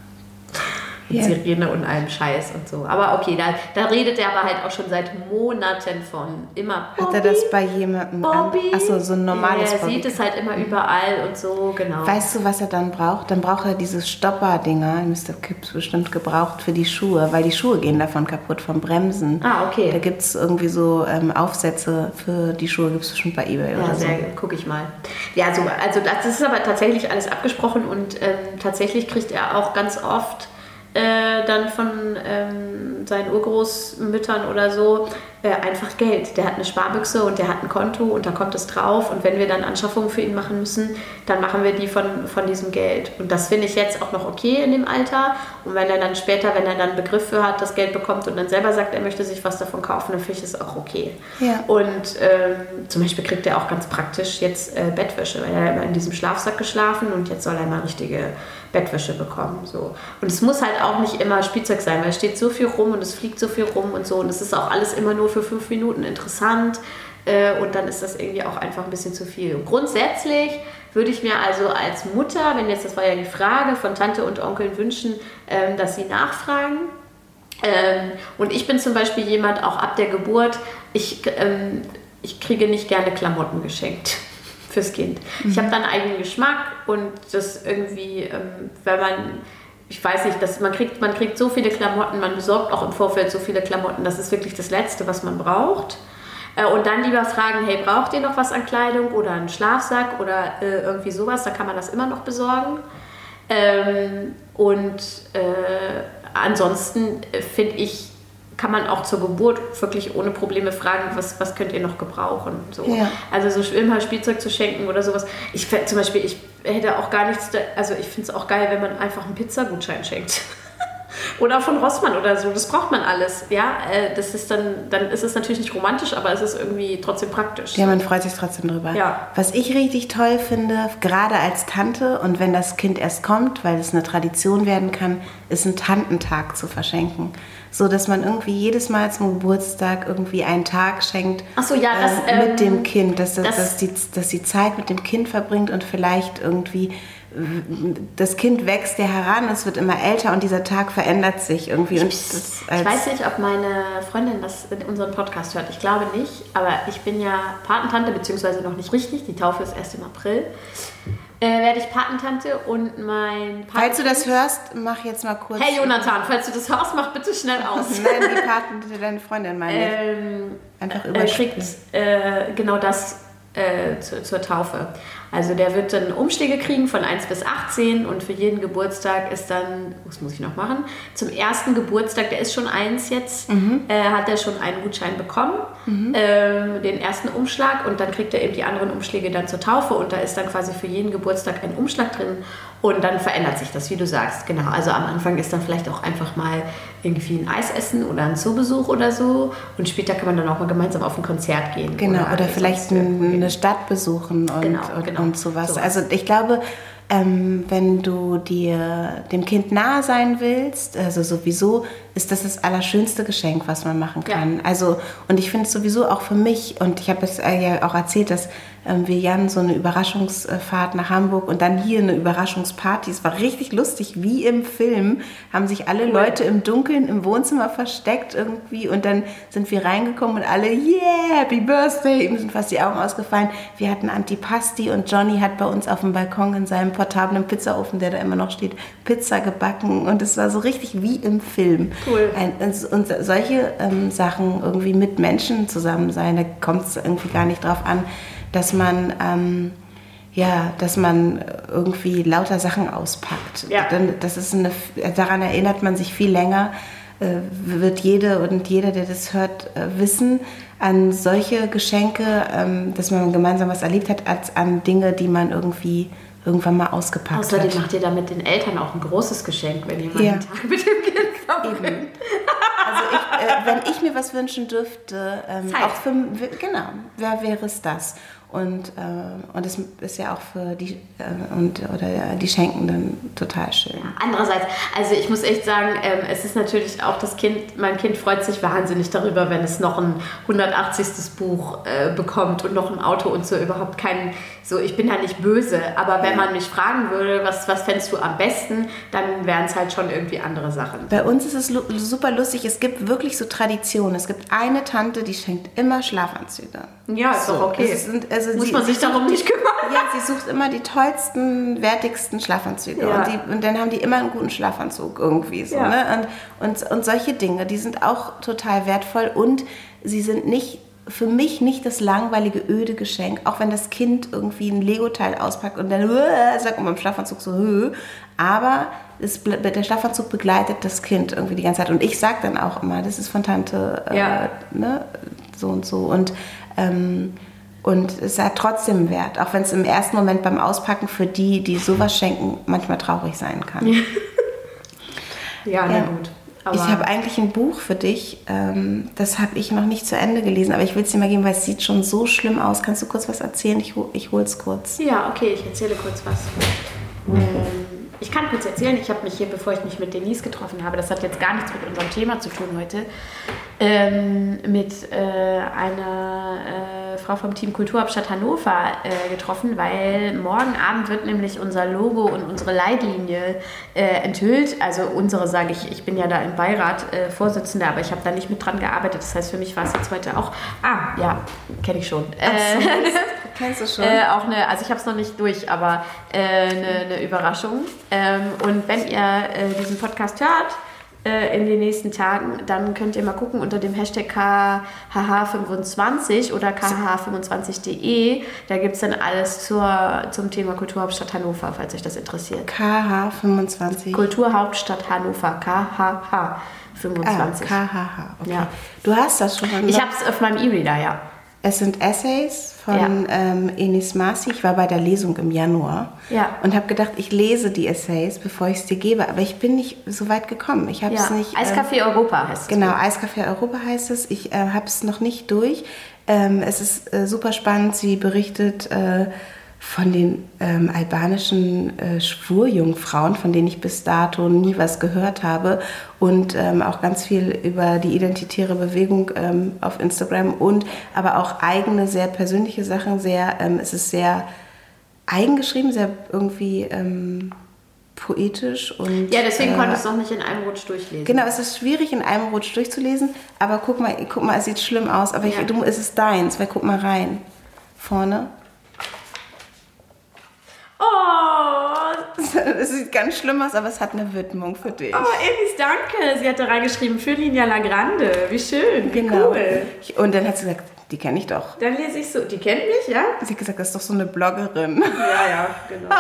Mit yeah. Sirene und allem Scheiß und so. Aber okay, da, da redet er aber halt auch schon seit Monaten von. Immer Bobby, hat er das bei jemandem? Bobby? Achso, so ein normales ja, er Bobby. sieht es halt immer überall und so, genau. Weißt du, was er dann braucht? Dann braucht er diese Stopper-Dinger, Mister Kips bestimmt gebraucht für die Schuhe, weil die Schuhe gehen davon kaputt, vom Bremsen. Ah, okay. Da gibt es irgendwie so ähm, Aufsätze für die Schuhe, gibt es bestimmt bei eBay ja, oder so. Ja, gucke ich mal. Ja, so, also das ist aber tatsächlich alles abgesprochen und ähm, tatsächlich kriegt er auch ganz oft Äh, dann von ähm, seinen Urgroßmüttern oder so äh, einfach Geld. Der hat eine Sparbüchse und der hat ein Konto und da kommt es drauf und wenn wir dann Anschaffungen für ihn machen müssen, dann machen wir die von, von diesem Geld. Und das finde ich jetzt auch noch okay in dem Alter und wenn er dann später, wenn er dann einen Begriff für hat, das Geld bekommt und dann selber sagt, er möchte sich was davon kaufen, dann finde ich das auch okay. Ja. Und ähm, zum Beispiel kriegt er auch ganz praktisch jetzt äh, Bettwäsche, weil er immer in diesem Schlafsack geschlafen und jetzt soll er mal richtige Bettwäsche bekommen. So. Und es muss halt auch nicht immer Spielzeug sein, weil es steht so viel rum und es fliegt so viel rum und so und es ist auch alles immer nur für fünf Minuten interessant äh, und dann ist das irgendwie auch einfach ein bisschen zu viel. Und grundsätzlich würde ich mir also als Mutter, wenn jetzt, das war ja die Frage, von Tante und Onkeln wünschen, ähm, dass sie nachfragen Ähm, und ich bin zum Beispiel jemand, auch ab der Geburt, ich, ähm, ich kriege nicht gerne Klamotten geschenkt fürs Kind. Mhm. Ich habe dann einen eigenen Geschmack und das irgendwie, ähm, wenn man, ich weiß nicht, dass man kriegt, man kriegt so viele Klamotten, man besorgt auch im Vorfeld so viele Klamotten, das ist wirklich das Letzte, was man braucht. Äh, und dann lieber fragen, hey, braucht ihr noch was an Kleidung oder einen Schlafsack oder äh, irgendwie sowas, da kann man das immer noch besorgen. Ähm, und äh, ansonsten äh, finde ich, kann man auch zur Geburt wirklich ohne Probleme fragen, was, was könnt ihr noch gebrauchen. So. Ja. Also so immer Spielzeug zu schenken oder sowas. Ich zum Beispiel, ich hätte auch gar nichts, da, also ich finde es auch geil, wenn man einfach einen Pizzagutschein schenkt. Oder von Rossmann oder so, das braucht man alles. Ja, äh, das ist dann, dann ist es natürlich nicht romantisch, aber es ist irgendwie trotzdem praktisch. Ja, man freut sich trotzdem drüber. Ja. Was ich richtig toll finde, gerade als Tante und wenn das Kind erst kommt, weil es eine Tradition werden kann, ist ein Tantentag zu verschenken. So, dass man irgendwie jedes Mal zum Geburtstag irgendwie einen Tag schenkt. Ach so, ja, das, äh, mit ähm, dem Kind, dass, das, das, dass, die, dass die Zeit mit dem Kind verbringt und vielleicht irgendwie das Kind wächst ja heran, es wird immer älter und dieser Tag verändert sich irgendwie. Und das als ich weiß nicht, ob meine Freundin das in unserem Podcast hört. Ich glaube nicht, aber ich bin ja Patentante, beziehungsweise noch nicht richtig. Die Taufe ist erst im April. Äh, werde ich Patentante und mein Patenkind... Falls du das hörst, mach jetzt mal kurz... Hey Jonathan, falls du das hörst, mach bitte schnell aus. Nein, die Patentante, deine Freundin meine ich. Ähm, Einfach überspringen. Er kriegt äh, genau das äh, zu, zur Taufe. Also der wird dann Umschläge kriegen von eins bis achtzehn und für jeden Geburtstag ist dann, was muss ich noch machen, zum ersten Geburtstag, der ist schon eins jetzt, mhm. äh, hat er schon einen Gutschein bekommen, mhm. äh, den ersten Umschlag und dann kriegt er eben die anderen Umschläge dann zur Taufe und da ist dann quasi für jeden Geburtstag ein Umschlag drin und dann verändert sich das, wie du sagst, genau. Also am Anfang ist dann vielleicht auch einfach mal irgendwie ein Eis essen oder ein Zoobesuch oder so und später kann man dann auch mal gemeinsam auf ein Konzert gehen. Genau, oder, oder vielleicht eine Stadt besuchen und, genau, und, genau. und sowas. sowas. Also ich glaube, ähm, wenn du dir dem Kind nahe sein willst, also sowieso ist das das allerschönste Geschenk, was man machen kann. Ja. Also, und ich finde es sowieso auch für mich, und ich habe es äh, ja auch erzählt, dass ähm, wir Jan so eine Überraschungsfahrt nach Hamburg und dann hier eine Überraschungsparty. Es war richtig lustig, wie im Film, haben sich alle Leute im Dunkeln im Wohnzimmer versteckt irgendwie und dann sind wir reingekommen und alle, yeah, happy birthday, ihm sind fast die Augen ausgefallen. Wir hatten Antipasti und Johnny hat bei uns auf dem Balkon in seinem portablen Pizzaofen, der da immer noch steht, Pizza gebacken und es war so richtig wie im Film. Cool. Ein, und solche ähm, Sachen irgendwie mit Menschen zusammen sein, da kommt es irgendwie gar nicht drauf an, dass man ähm, ja, dass man irgendwie lauter Sachen auspackt. Ja. Das ist eine, daran erinnert man sich viel länger, äh, wird jede und jeder, der das hört, äh, wissen, an solche Geschenke, ähm, dass man gemeinsam was erlebt hat, als an Dinge, die man irgendwie irgendwann mal ausgepackt Außerdem hat. Außerdem macht ihr damit den Eltern auch ein großes Geschenk, wenn ihr mal ja. einen Tag mit dem Kind verbringt. Also ich, äh, wenn ich mir was wünschen dürfte, ähm, auch für, genau, wer wäre es das? Und, äh, und das ist ja auch für die, äh, und, oder die Schenkenden total schön. Ja, andererseits, also ich muss echt sagen, ähm, es ist natürlich auch das Kind, mein Kind freut sich wahnsinnig darüber, wenn es noch ein hundertachtzigstes Buch äh, bekommt und noch ein Auto und so, überhaupt kein, so, ich bin ja nicht böse, aber wenn man mich fragen würde, was, was fändest du am besten, dann wären es halt schon irgendwie andere Sachen. Bei uns ist es lu- super lustig, es gibt wirklich so Traditionen. Es gibt eine Tante, die schenkt immer Schlafanzüge. Ja, ist so, doch okay. Es sind, also Muss sie, man sich darum nicht kümmern? Ja, sie sucht immer die tollsten, wertigsten Schlafanzüge. Ja. Und, die, und dann haben die immer einen guten Schlafanzug irgendwie. So, ja. ne? und, und, und solche Dinge, die sind auch total wertvoll. Und sie sind nicht, für mich nicht das langweilige, öde Geschenk. Auch wenn das Kind irgendwie ein Lego-Teil auspackt und dann äh, sagt man beim Schlafanzug so, äh, aber es, der Schlafanzug begleitet das Kind irgendwie die ganze Zeit. Und ich sage dann auch immer, das ist von Tante äh, ja. ne? so und so. Und ähm, Und es hat trotzdem Wert, auch wenn es im ersten Moment beim Auspacken für die, die sowas schenken, manchmal traurig sein kann. ja, ja, na gut. Aber ich habe eigentlich ein Buch für dich, ähm, das habe ich noch nicht zu Ende gelesen, aber ich will es dir mal geben, weil es sieht schon so schlimm aus. Kannst du kurz was erzählen? Ich, ich hole es kurz. Ja, okay, ich erzähle kurz was. Mhm. Ähm, ich kann kurz erzählen, ich habe mich hier, bevor ich mich mit Denise getroffen habe, das hat jetzt gar nichts mit unserem Thema zu tun heute, ähm, mit äh, einer äh, Frau vom Team Kulturhauptstadt Hannover äh, getroffen, weil morgen Abend wird nämlich unser Logo und unsere Leitlinie äh, enthüllt. Also unsere, sage ich, ich bin ja da im Beirat äh, Vorsitzende, aber ich habe da nicht mit dran gearbeitet. Das heißt, für mich war es jetzt heute auch, ah, ja, kenne ich schon. Ach so, kennst du schon? Äh, auch eine, also ich habe es noch nicht durch, aber äh, eine, eine Überraschung. Ähm, und wenn ihr äh, diesen Podcast hört, in den nächsten Tagen, dann könnt ihr mal gucken unter dem Hashtag K H H fünfundzwanzig oder K H H fünfundzwanzig Punkt de. Da gibt es dann alles zur, zum Thema Kulturhauptstadt Hannover, falls euch das interessiert. K H fünfundzwanzig. Kulturhauptstadt Hannover, K H H fünfundzwanzig. Ah, K H H, okay. Ja. Du hast das schon mal. Ich habe es auf meinem E-Reader, ja. Es sind Essays von ja. ähm, Enis Marci. Ich war bei der Lesung im Januar ja. und habe gedacht, ich lese die Essays, bevor ich es dir gebe. Aber ich bin nicht so weit gekommen. Ich habe es ja. nicht. Eiscafé ähm, Europa heißt es. Genau, Eiscafé Europa heißt es. Ich äh, habe es noch nicht durch. Ähm, es ist äh, super spannend. Sie berichtet äh, von den ähm, albanischen äh, Schwurjungfrauen, von denen ich bis dato nie was gehört habe, und ähm, auch ganz viel über die identitäre Bewegung ähm, auf Instagram und aber auch eigene, sehr persönliche Sachen. Sehr, ähm, es ist sehr eigengeschrieben, sehr irgendwie ähm, poetisch und ja, deswegen äh, konnte ich es noch nicht in einem Rutsch durchlesen. Genau, es ist schwierig in einem Rutsch durchzulesen, aber guck mal, guck mal, es sieht schlimm aus, aber ja. ich, du, es ist deins, weil guck mal rein, vorne. Oh, es sieht ganz schlimm aus, aber es hat eine Widmung für dich. Oh, Elis, danke. Sie hat da reingeschrieben, für Linia Lagrande. Wie schön, wie genau. cool. Und dann hat sie gesagt, die kenne ich doch. Dann lese ich so, die kennt mich, ja? Sie hat gesagt, das ist doch so eine Bloggerin. Ja, ja, genau.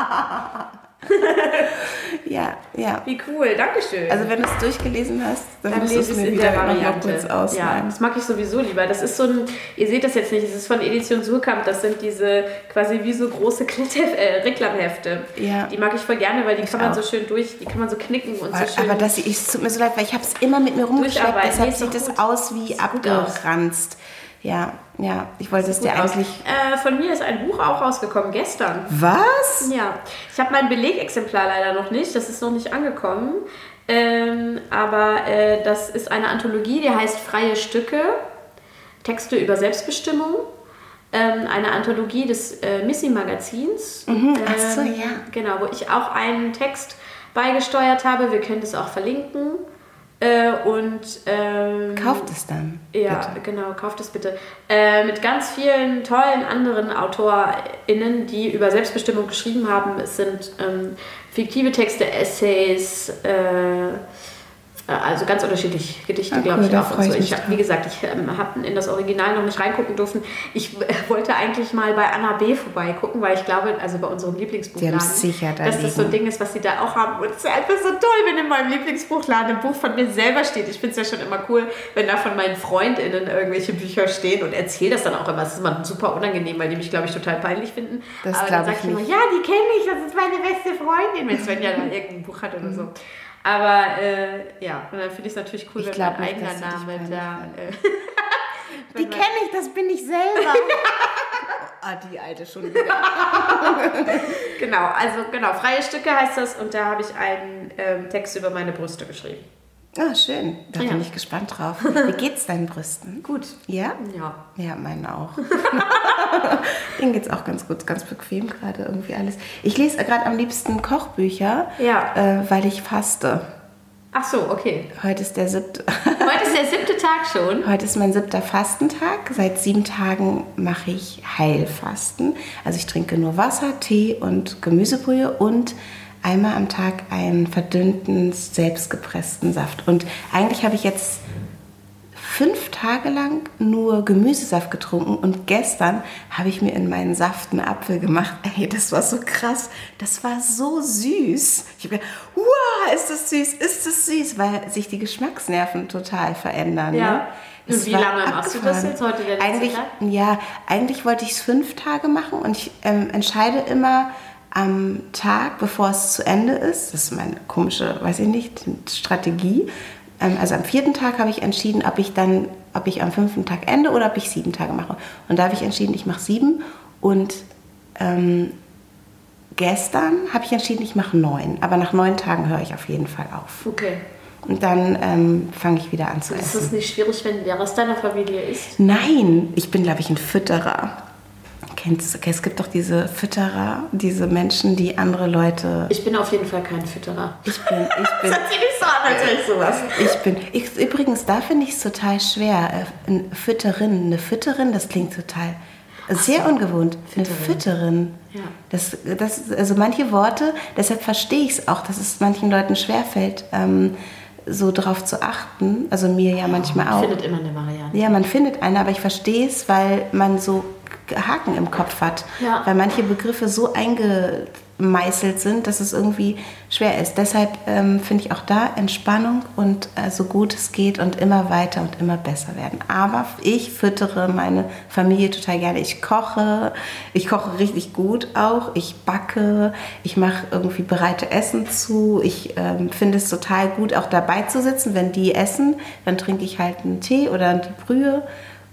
ja, ja. Wie cool, dankeschön. Also wenn du es durchgelesen hast, dann, dann musst du es mir in wieder der noch mal Variante. kurz ausleihen. Ja, das mag ich sowieso lieber. Das ist so ein, ihr seht das jetzt nicht, das ist von Edition Surkamp, das sind diese quasi wie so große äh, Reklamhefte. Ja. Die mag ich voll gerne, weil die ich kann man auch. so schön durch, die kann man so knicken und aber, so schön. Aber das, ich, es tut mir so leid, weil ich habe es immer mit mir rumgeschleppt, deshalb nee, sieht es gut. aus wie abgeranzt. Ja, ja, ich wollte es dir eigentlich... Äh, von mir ist ein Buch auch rausgekommen, gestern. Was? Ja, ich habe mein Belegexemplar leider noch nicht, das ist noch nicht angekommen. Ähm, aber äh, das ist eine Anthologie, die heißt Freie Stücke, Texte über Selbstbestimmung. Ähm, eine Anthologie des äh, Missy-Magazins. Mhm, ach so, ähm, ja. Genau, wo ich auch einen Text beigesteuert habe. Wir können das auch verlinken. Äh, und ähm, kauft es dann. Ja, bitte. Genau, kauft es bitte. Äh, mit ganz vielen tollen anderen AutorInnen, die über Selbstbestimmung geschrieben haben. Es sind ähm, fiktive Texte, Essays, äh, also ganz unterschiedlich Gedichte, ah, glaube cool, ich auch. Ich so. Ich hab, wie gesagt, ich ähm, habe in das Original noch nicht reingucken dürfen. Ich äh, wollte eigentlich mal bei Anna B. vorbeigucken, weil ich glaube, also bei unserem Lieblingsbuchladen, sicher da dass liegen. das so ein Ding ist, was sie da auch haben. Und es ist einfach so toll, wenn in meinem Lieblingsbuchladen ein Buch von mir selber steht. Ich finde es ja schon immer cool, wenn da von meinen FreundInnen irgendwelche Bücher stehen, und erzähle das dann auch immer. Das ist immer super unangenehm, weil die mich, glaube ich, total peinlich finden. Das Aber dann glaube sage ich ich immer, nicht. ja, die kenne ich, das ist meine beste Freundin, wenn Svenja dann irgendein Buch hat oder so. Aber äh, ja, und dann finde ich es natürlich cool, ich wenn mein nicht, eigener Name da... Äh, die kenne ich, das bin ich selber. Ah, die alte schon wieder. Genau, also genau, Freie Stücke heißt das, und da habe ich einen ähm, Text über meine Brüste geschrieben. Ah, schön. Da Ja. bin ich gespannt drauf. Wie geht's deinen Brüsten? Gut. Ja? Ja. Ja, meinen auch. Denen geht's auch ganz gut, ganz bequem gerade irgendwie alles. Ich lese gerade am liebsten Kochbücher, Ja. äh, weil ich faste. Ach so, okay. Heute ist der siebte. Heute ist der siebte Tag schon. Heute ist mein siebter Fastentag. Seit sieben Tagen mache ich Heilfasten. Also ich trinke nur Wasser, Tee und Gemüsebrühe und einmal am Tag einen verdünnten, selbstgepressten Saft. Und eigentlich habe ich jetzt fünf Tage lang nur Gemüsesaft getrunken, und gestern habe ich mir in meinen Saft einen Apfel gemacht. Ey, das war so krass. Das war so süß. Ich habe gedacht, wow, ist das süß, ist das süß, weil sich die Geschmacksnerven total verändern. Ja. Ne? Und Es wie war lange machst du das abgefahren. jetzt heute, der letzte eigentlich, Tag? Ja, eigentlich wollte ich es fünf Tage machen, und ich ähm, entscheide immer am Tag, bevor es zu Ende ist. Das ist meine komische, weiß ich nicht, Strategie. Ähm, also am vierten Tag habe ich entschieden, ob ich dann, ob ich am fünften Tag ende oder ob ich sieben Tage mache. Und da habe ich entschieden, ich mache sieben. Und ähm, gestern habe ich entschieden, ich mache neun. Aber nach neun Tagen höre ich auf jeden Fall auf. Okay. Und dann ähm, fange ich wieder an zu ist essen. Ist es nicht schwierig, wenn der Rest deiner Familie isst? Nein, ich bin, glaube ich, ein Fütterer. Kennst, es gibt doch diese Fütterer, diese Menschen, die andere Leute... Ich bin auf jeden Fall kein Fütterer. Ich bin... Ich bin das hört sich nicht so an, als wäre ich sowas. Ich bin... Ich, übrigens, da finde ich es total schwer. Eine Fütterin, eine Fütterin, das klingt total... Sehr so, ungewohnt. Fütterin. Eine Fütterin. Ja. Das, das, also manche Worte, deshalb verstehe ich es auch, dass es manchen Leuten schwerfällt, ähm, so drauf zu achten. Also mir ja manchmal auch. Man findet immer eine Variante. Ja, man findet eine, aber ich verstehe es, weil man so Haken im Kopf hat. Ja. Weil manche Begriffe so eingemeißelt sind, dass es irgendwie schwer ist. Deshalb ähm, finde ich auch da Entspannung und äh, so gut es geht und immer weiter und immer besser werden. Aber ich füttere meine Familie total gerne. Ich koche, ich koche richtig gut auch. Ich backe, ich mache irgendwie bereite Essen zu. Ich ähm, finde es total gut, auch dabei zu sitzen. Wenn die essen, dann trinke ich halt einen Tee oder die Brühe.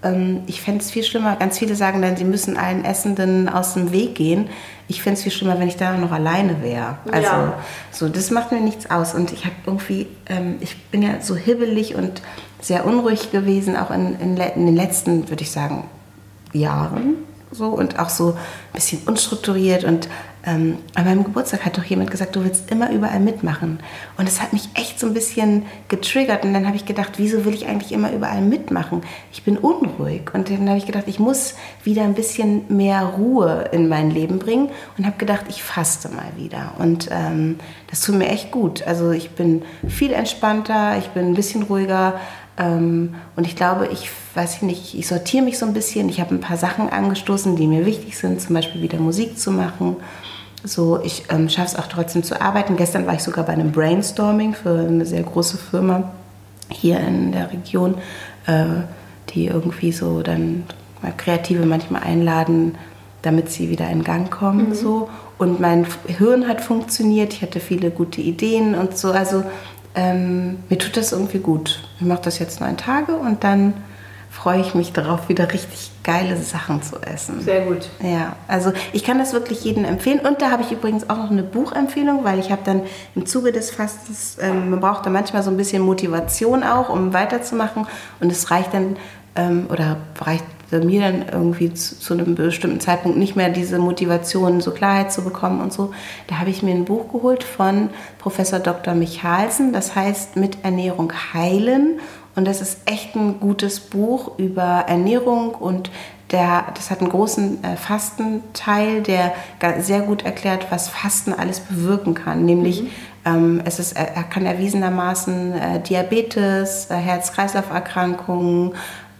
Ich fände es viel schlimmer, ganz viele sagen dann, sie müssen allen Essenden aus dem Weg gehen. Ich fände es viel schlimmer, wenn ich da noch alleine wäre. Also ja. so, das macht mir nichts aus. Und ich habe irgendwie, ähm, ich bin ja so hibbelig und sehr unruhig gewesen, auch in, in, in den letzten, würde ich sagen, Jahren. So, und auch so ein bisschen unstrukturiert. Und ähm, an meinem Geburtstag hat doch jemand gesagt, du willst immer überall mitmachen. Und das hat mich echt so ein bisschen getriggert. Und dann habe ich gedacht, wieso will ich eigentlich immer überall mitmachen? Ich bin unruhig. Und dann habe ich gedacht, ich muss wieder ein bisschen mehr Ruhe in mein Leben bringen. Und habe gedacht, ich faste mal wieder. Und ähm, das tut mir echt gut. Also ich bin viel entspannter, ich bin ein bisschen ruhiger. Ähm, und ich glaube, ich weiß ich nicht, ich sortiere mich so ein bisschen. Ich habe ein paar Sachen angestoßen, die mir wichtig sind, zum Beispiel wieder Musik zu machen. So, ich ähm, schaffe es auch trotzdem zu arbeiten. Gestern war ich sogar bei einem Brainstorming für eine sehr große Firma hier in der Region, äh, die irgendwie so dann mal Kreative manchmal einladen, damit sie wieder in Gang kommen. Mhm. So. Und mein Hirn hat funktioniert, ich hatte viele gute Ideen und so. Also ähm, mir tut das irgendwie gut. Ich mache das jetzt neun Tage und dann freue ich mich darauf, wieder richtig geile Sachen zu essen. Sehr gut. Ja, also ich kann das wirklich jedem empfehlen. Und da habe ich übrigens auch noch eine Buchempfehlung, weil ich habe dann im Zuge des Fastens, ähm, man braucht da manchmal so ein bisschen Motivation auch, um weiterzumachen. Und es reicht dann, ähm, oder reicht mir dann irgendwie zu, zu einem bestimmten Zeitpunkt nicht mehr, diese Motivation, so Klarheit zu bekommen und so. Da habe ich mir ein Buch geholt von Professor Doktor Michalsen, das heißt Mit Ernährung heilen. Und das ist echt ein gutes Buch über Ernährung und der, das hat einen großen äh, Fastenteil, der sehr gut erklärt, was Fasten alles bewirken kann. Nämlich, mhm. ähm, es ist, er kann erwiesenermaßen äh, Diabetes, äh, Herz-Kreislauf-Erkrankungen,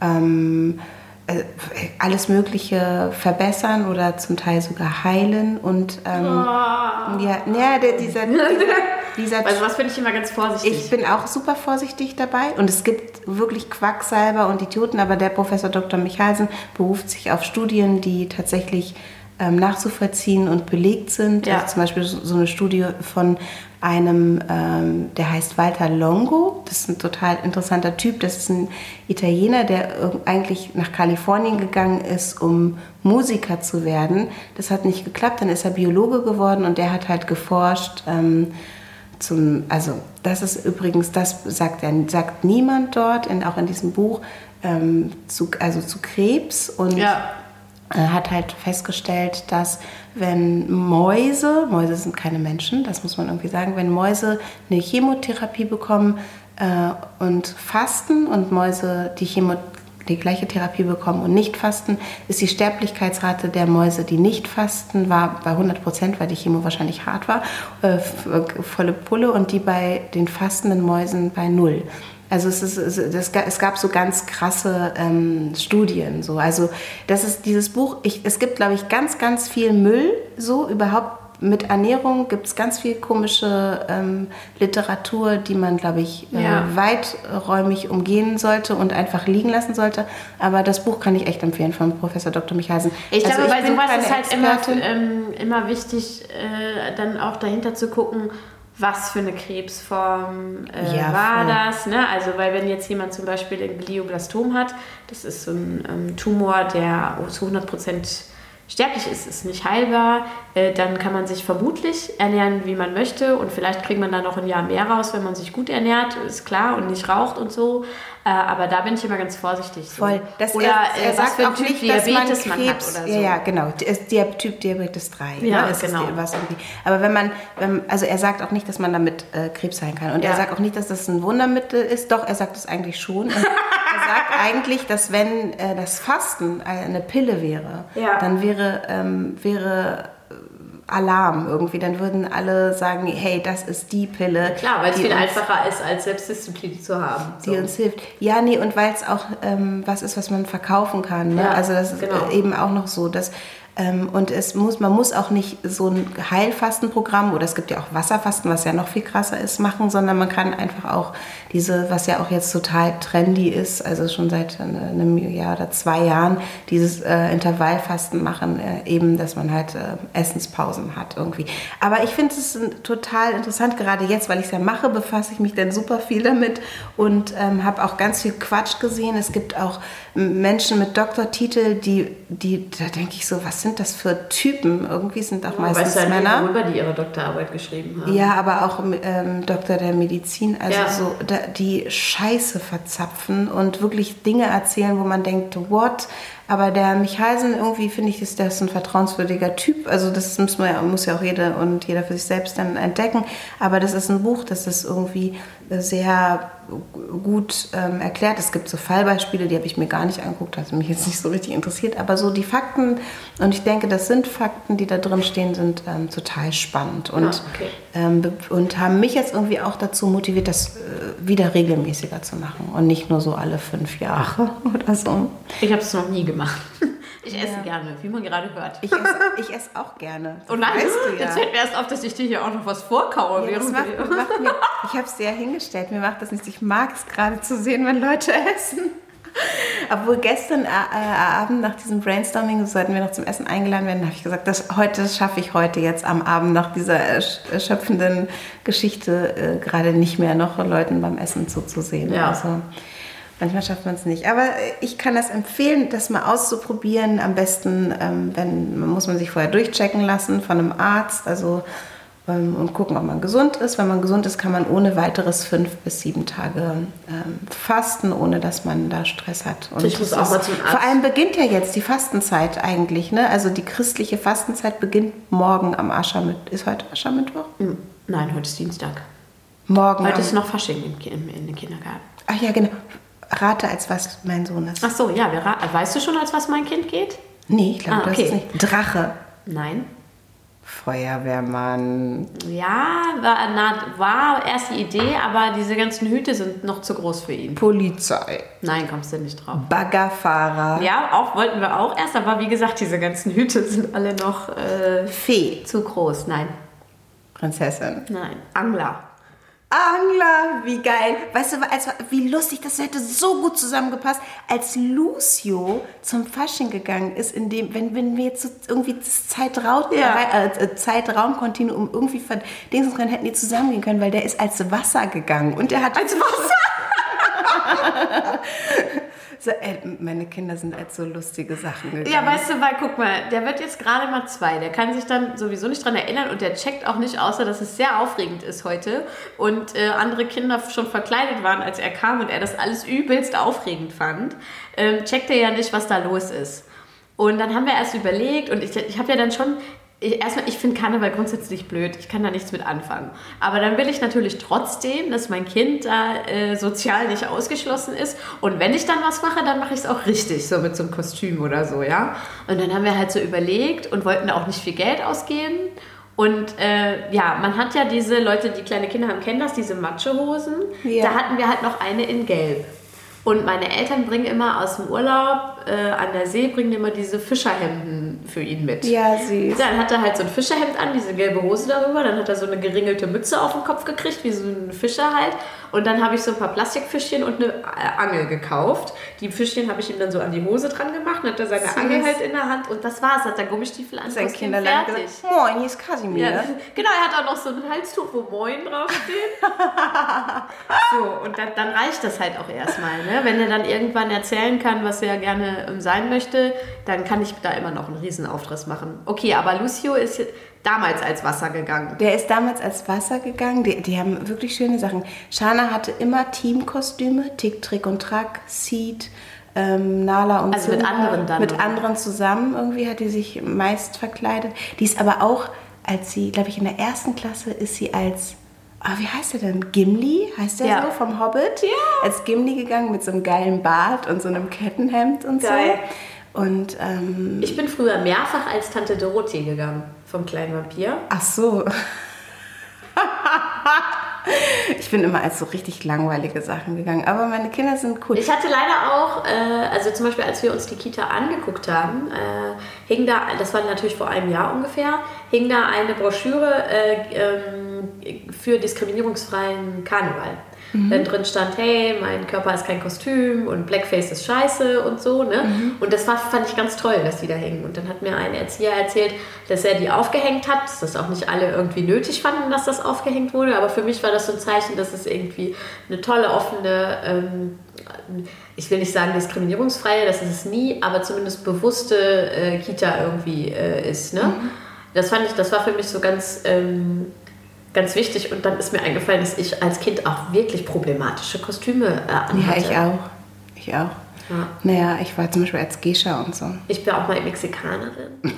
ähm, äh, alles Mögliche verbessern oder zum Teil sogar heilen. Und ähm, oh. ja, ja der, dieser... dieser Dieser also was finde ich immer ganz vorsichtig. Ich bin auch super vorsichtig dabei und es gibt wirklich Quacksalber und Idioten, aber der Professor Doktor Michalsen beruft sich auf Studien, die tatsächlich ähm, nachzuvollziehen und belegt sind. Ja. Also zum Beispiel so, so eine Studie von einem, ähm, der heißt Walter Longo. Das ist ein total interessanter Typ. Das ist ein Italiener, der eigentlich nach Kalifornien gegangen ist, um Musiker zu werden. Das hat nicht geklappt, dann ist er Biologe geworden und der hat halt geforscht, ähm, Zum, also das ist übrigens, das sagt, er, sagt niemand dort, in, auch in diesem Buch, ähm, zu, also zu Krebs und ja. er hat halt festgestellt, dass wenn Mäuse, Mäuse sind keine Menschen, das muss man irgendwie sagen, wenn Mäuse eine Chemotherapie bekommen äh, und fasten und Mäuse die Chemotherapie die gleiche Therapie bekommen und nicht fasten, ist die Sterblichkeitsrate der Mäuse, die nicht fasten, war bei hundert Prozent, weil die Chemo wahrscheinlich hart war, äh, volle Pulle, und die bei den fastenden Mäusen bei null. Also es, ist, es, es gab so ganz krasse ähm, Studien. So. Also das ist dieses Buch, ich, es gibt, glaube ich, ganz, ganz viel Müll, so überhaupt. Mit Ernährung gibt es ganz viel komische ähm, Literatur, die man, glaube ich, äh, ja. weiträumig umgehen sollte und einfach liegen lassen sollte. Aber das Buch kann ich echt empfehlen von Professor Doktor Michalsen. Ich also glaube, ich bei sowas ist halt immer, ähm, immer wichtig, äh, dann auch dahinter zu gucken, was für eine Krebsform äh, ja, war voll. das. Ne? Also, weil wenn jetzt jemand zum Beispiel ein Glioblastom hat, das ist so ein ähm, Tumor, der zu hundert Prozent sterblich ist, ist nicht heilbar, äh, dann kann man sich vermutlich ernähren, wie man möchte und vielleicht kriegt man dann noch ein Jahr mehr raus, wenn man sich gut ernährt, ist klar, und nicht raucht und so. Äh, aber da bin ich immer ganz vorsichtig. So. Voll. Das oder er, er äh, sagt was für ein auch Typ nicht, Diabetes dass man, man Krebs, hat oder so. Ja, ja, genau. Der Typ Diabetes drei. Ja, ne? Ist genau. Das was irgendwie. Aber wenn man, wenn, also er sagt auch nicht, dass man damit äh, Krebs heilen kann. Und ja. er sagt auch nicht, dass das ein Wundermittel ist. Doch, er sagt es eigentlich schon. Und er sagt eigentlich, dass wenn äh, das Fasten eine Pille wäre, ja. dann wäre, ähm, wäre Alarm irgendwie. Dann würden alle sagen, hey, das ist die Pille. Ja, klar, weil es die viel uns, einfacher ist, als Selbstdisziplin zu haben. Die so. uns hilft. Ja, nee, und weil es auch ähm, was ist, was man verkaufen kann. Ne? Ja, also das ist genau. eben auch noch so, dass ähm, und es muss, man muss auch nicht so ein Heilfastenprogramm, oder es gibt ja auch Wasserfasten, was ja noch viel krasser ist, machen, sondern man kann einfach auch diese, was ja auch jetzt total trendy ist, also schon seit einem Jahr oder zwei Jahren, dieses äh, Intervallfasten machen, äh, eben, dass man halt äh, Essenspausen hat irgendwie. Aber ich finde es total interessant, gerade jetzt, weil ich es ja mache, befasse ich mich dann super viel damit und ähm, habe auch ganz viel Quatsch gesehen. Es gibt auch Menschen mit Doktortitel, die, die da denke ich so, was sind das für Typen? Irgendwie sind auch Ja, meistens weißt du Männer. nicht, worüber die ihre Doktorarbeit geschrieben haben. Ja, aber auch ähm, Doktor der Medizin, also Ja. so, da, die Scheiße verzapfen und wirklich Dinge erzählen, wo man denkt, what? Aber der Michalsen, irgendwie finde ich, ist das ein vertrauenswürdiger Typ. Also das muss, man ja, muss ja auch jeder und jeder für sich selbst dann entdecken. Aber das ist ein Buch, das ist irgendwie sehr gut ähm, erklärt. Es gibt so Fallbeispiele, die habe ich mir gar nicht angeguckt, hat mich jetzt nicht so richtig interessiert. Aber so die Fakten, und ich denke, das sind Fakten, die da drin stehen, sind ähm, total spannend. Und, Ah, okay. ähm, und haben mich jetzt irgendwie auch dazu motiviert, das äh, wieder regelmäßiger zu machen. Und nicht nur so alle fünf Jahre oder so. Ich habe es noch nie gemacht. Ich esse ja. gerne, wie man gerade hört. Ich esse, ich esse auch gerne. Oh nein, weißt du ja. jetzt fällt mir erst auf, dass ich dir hier auch noch was vorkaue. Ja, das macht, macht mir, ich habe es dir ja hingestellt, mir macht das nichts. Ich mag es gerade zu sehen, wenn Leute essen. Obwohl gestern äh, Abend nach diesem Brainstorming, sollten wir noch zum Essen eingeladen werden, habe ich gesagt, das, heute, das schaffe ich heute jetzt am Abend nach dieser erschöpfenden Geschichte äh, gerade nicht mehr, noch Leuten beim Essen zuzusehen. Ja. Also, manchmal schafft man es nicht. Aber ich kann das empfehlen, das mal auszuprobieren. Am besten, ähm, wenn, muss man sich vorher durchchecken lassen von einem Arzt. Also ähm, und gucken, ob man gesund ist. Wenn man gesund ist, kann man ohne weiteres fünf bis sieben Tage ähm, fasten, ohne dass man da Stress hat. Und ich muss auch mal zum Arzt. Vor allem beginnt ja jetzt die Fastenzeit eigentlich. Ne? Also die christliche Fastenzeit beginnt morgen am Aschermittwoch. Ist heute Aschermittwoch? Nein, heute ist Dienstag. Morgen. Heute am, ist noch Fasching in, in, in den Kindergarten. Ach ja, genau. Rate, als was mein Sohn ist. Ach so, ja. Wir, weißt du schon, als was mein Kind geht? Nee, ich glaube, Ah, okay. das ist nicht. Drache. Nein. Feuerwehrmann. Ja, war, na, war erst die Idee, aber diese ganzen Hüte sind noch zu groß für ihn. Polizei. Nein, kommst du nicht drauf. Baggerfahrer. Ja, auch wollten wir auch erst, aber wie gesagt, diese ganzen Hüte sind alle noch äh, Fee. zu groß. Nein, Prinzessin. nein. Angler. Angler, wie geil. Weißt du, als, wie lustig, das hätte so gut zusammengepasst, als Lucio zum Fasching gegangen ist, in dem, wenn, wenn wir jetzt so irgendwie das Zeitraum, Ja. äh, Zeitraumkontinuum irgendwie verdingsen können, hätten die zusammengehen können, weil der ist als Wasser gegangen. Und der hat... Als Wasser? So, ey, meine Kinder sind als so lustige Sachen gegangen. Ja, weißt du, weil guck mal, der wird jetzt gerade mal zwei. Der kann sich dann sowieso nicht dran erinnern und der checkt auch nicht, außer dass es sehr aufregend ist heute und äh, andere Kinder schon verkleidet waren, als er kam und er das alles übelst aufregend fand, ähm, checkt er ja nicht, was da los ist. Und dann haben wir erst überlegt und ich, ich habe ja dann schon... Ich, erstmal, ich finde Karneval grundsätzlich blöd. Ich kann da nichts mit anfangen. Aber dann will ich natürlich trotzdem, dass mein Kind da äh, sozial nicht ausgeschlossen ist. Und wenn ich dann was mache, dann mache ich es auch richtig, so mit so einem Kostüm oder so, ja. Und dann haben wir halt so überlegt und wollten da auch nicht viel Geld ausgeben. Und äh, ja, man hat ja diese Leute, die kleine Kinder haben, kennen das, diese Matschehosen. Ja. Da hatten wir halt noch eine in Gelb. Und meine Eltern bringen immer aus dem Urlaub äh, an der See, bringen immer diese Fischerhemden für ihn mit. Ja, süß. Dann hat er halt so ein Fischerhemd an, diese gelbe Hose darüber. Dann hat er so eine geringelte Mütze auf den Kopf gekriegt, wie so ein Fischer halt. Und dann habe ich so ein paar Plastikfischchen und eine Angel gekauft. Die Fischchen habe ich ihm dann so an die Hose dran gemacht. Dann hat er seine Süß. Angel halt in der Hand. Und das war's. Hat er Gummistiefel an. Sein Kinderlein fertig. gesagt, moin, hier ist Kasimir. Ja, genau, er hat auch noch so ein Halstuch, wo Moin draufsteht. So, und dann, dann reicht das halt auch erstmal, ne? Wenn er dann irgendwann erzählen kann, was er gerne gerne ähm, sein möchte, dann kann ich da immer noch einen Riesenaufriss machen. Okay, aber Lucio ist damals als Wasser gegangen. Der ist damals als Wasser gegangen. Die, die haben wirklich schöne Sachen. Shana hatte immer Teamkostüme, Tick, Trick und Track, Seed, ähm, Nala und Also Simba. Mit anderen dann? Mit oder? anderen zusammen irgendwie hat die sich meist verkleidet. Die ist aber auch, als sie, glaube ich, in der ersten Klasse ist sie als... Ah, wie heißt der denn? Gimli? Heißt der ja. so vom Hobbit? Ja. Als Gimli gegangen mit so einem geilen Bart und so einem Kettenhemd und Geil. so. Und, ähm, ich bin früher mehrfach als Tante Dorothee gegangen, vom kleinen Vampir. Ach so. Ich bin immer als so richtig langweilige Sachen gegangen. Aber meine Kinder sind cool. Ich hatte leider auch, äh, also zum Beispiel, als wir uns die Kita angeguckt haben, äh, hing da, das war natürlich vor einem Jahr ungefähr, hing da eine Broschüre äh, ähm, für diskriminierungsfreien Karneval. Mhm. Wenn drin stand, hey, mein Körper ist kein Kostüm und Blackface ist scheiße und so, ne? Mhm. Und das war, fand ich ganz toll, dass die da hingen. Und dann hat mir ein Erzieher erzählt, dass er die aufgehängt hat, dass das auch nicht alle irgendwie nötig fanden, dass das aufgehängt wurde, aber für mich war das so ein Zeichen, dass es irgendwie eine tolle, offene, ähm, ich will nicht sagen diskriminierungsfreie, das ist es nie, aber zumindest bewusste äh, Kita irgendwie äh, ist, ne? Mhm. Das fand ich, das war für mich so ganz... Ähm, Ganz wichtig, und dann ist mir eingefallen, dass ich als Kind auch wirklich problematische Kostüme äh, anhatte. Ja, ich auch. Ich auch. Ja. Naja, ich war zum Beispiel als Geisha und so. Ich bin auch mal Mexikanerin. In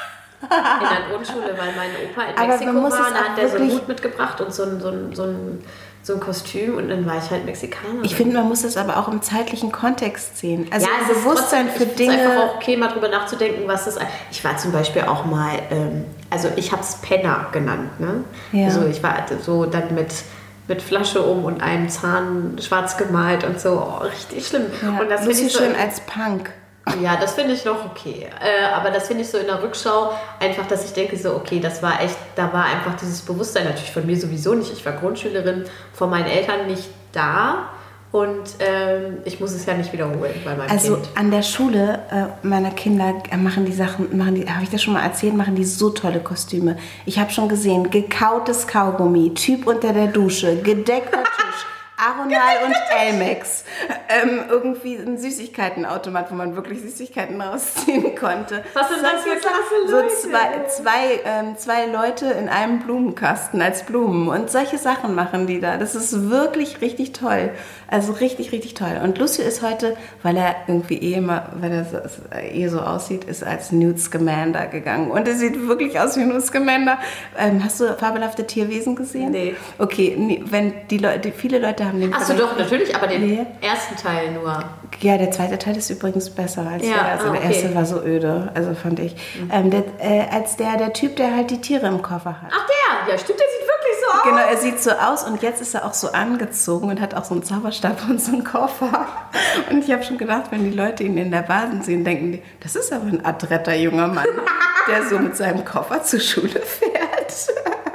der Grundschule, weil mein Opa in Mexiko war, und da hat der so einen Hut mitgebracht und so ein, so ein, so ein so ein Kostüm, und dann war ich halt Mexikanerin. Ich finde, man muss das aber auch im zeitlichen Kontext sehen. Also ja, ein Bewusstsein trotzdem, für ich Dinge. Es ist einfach auch okay, mal drüber nachzudenken, was das... Ich war zum Beispiel auch mal, ähm, also ich habe es Penner genannt, ne? Ja. Also ich war so dann mit, mit Flasche um und einem Zahn schwarz gemalt und so, oh, richtig schlimm. Ja, und das finde ich so schön als Punk. Ja, das finde ich noch okay. Äh, aber das finde ich so in der Rückschau einfach, dass ich denke so, okay, das war echt, da war einfach dieses Bewusstsein natürlich von mir sowieso nicht. Ich war Grundschülerin, von meinen Eltern nicht da, und ähm, ich muss es ja nicht wiederholen bei meinem also Kind. Also an der Schule äh, meiner Kinder äh, machen die Sachen, machen die, habe ich das schon mal erzählt, machen die so tolle Kostüme. Ich habe schon gesehen, gekautes Kaugummi, Typ unter der Dusche, gedeckter Tisch. Aronal und Elmex. Ähm, irgendwie ein Süßigkeitenautomat, wo man wirklich Süßigkeiten rausziehen konnte. Was sind das für klasse Leute? So zwei, zwei, ähm, zwei Leute in einem Blumenkasten als Blumen. Und solche Sachen machen die da. Das ist wirklich richtig toll. Also richtig, richtig toll. Und Lucio ist heute, weil er irgendwie eh immer, weil er so, eh so aussieht, ist als Newt Scamander gegangen. Und er sieht wirklich aus wie Newt Scamander. Ähm, hast du Fabelhafte Tierwesen gesehen? Nee. Okay, nee, wenn die Leute, viele Leute haben den... Achso, doch, natürlich, aber den nee. ersten Teil nur. Ja, der zweite Teil ist übrigens besser als ja, der. Also ah, okay. der erste war so öde, also fand ich. Mhm. Ähm, der, äh, als der, der Typ, der halt die Tiere im Koffer hat. Ach der, ja stimmt, der sieht wirklich so aus. Genau, er sieht so aus, und jetzt ist er auch so angezogen und hat auch so einen Zauberstab und so einen Koffer. Und ich habe schon gedacht, wenn die Leute ihn in der Bahn sehen, denken die, das ist aber ein adretter junger Mann, der so mit seinem Koffer zur Schule fährt.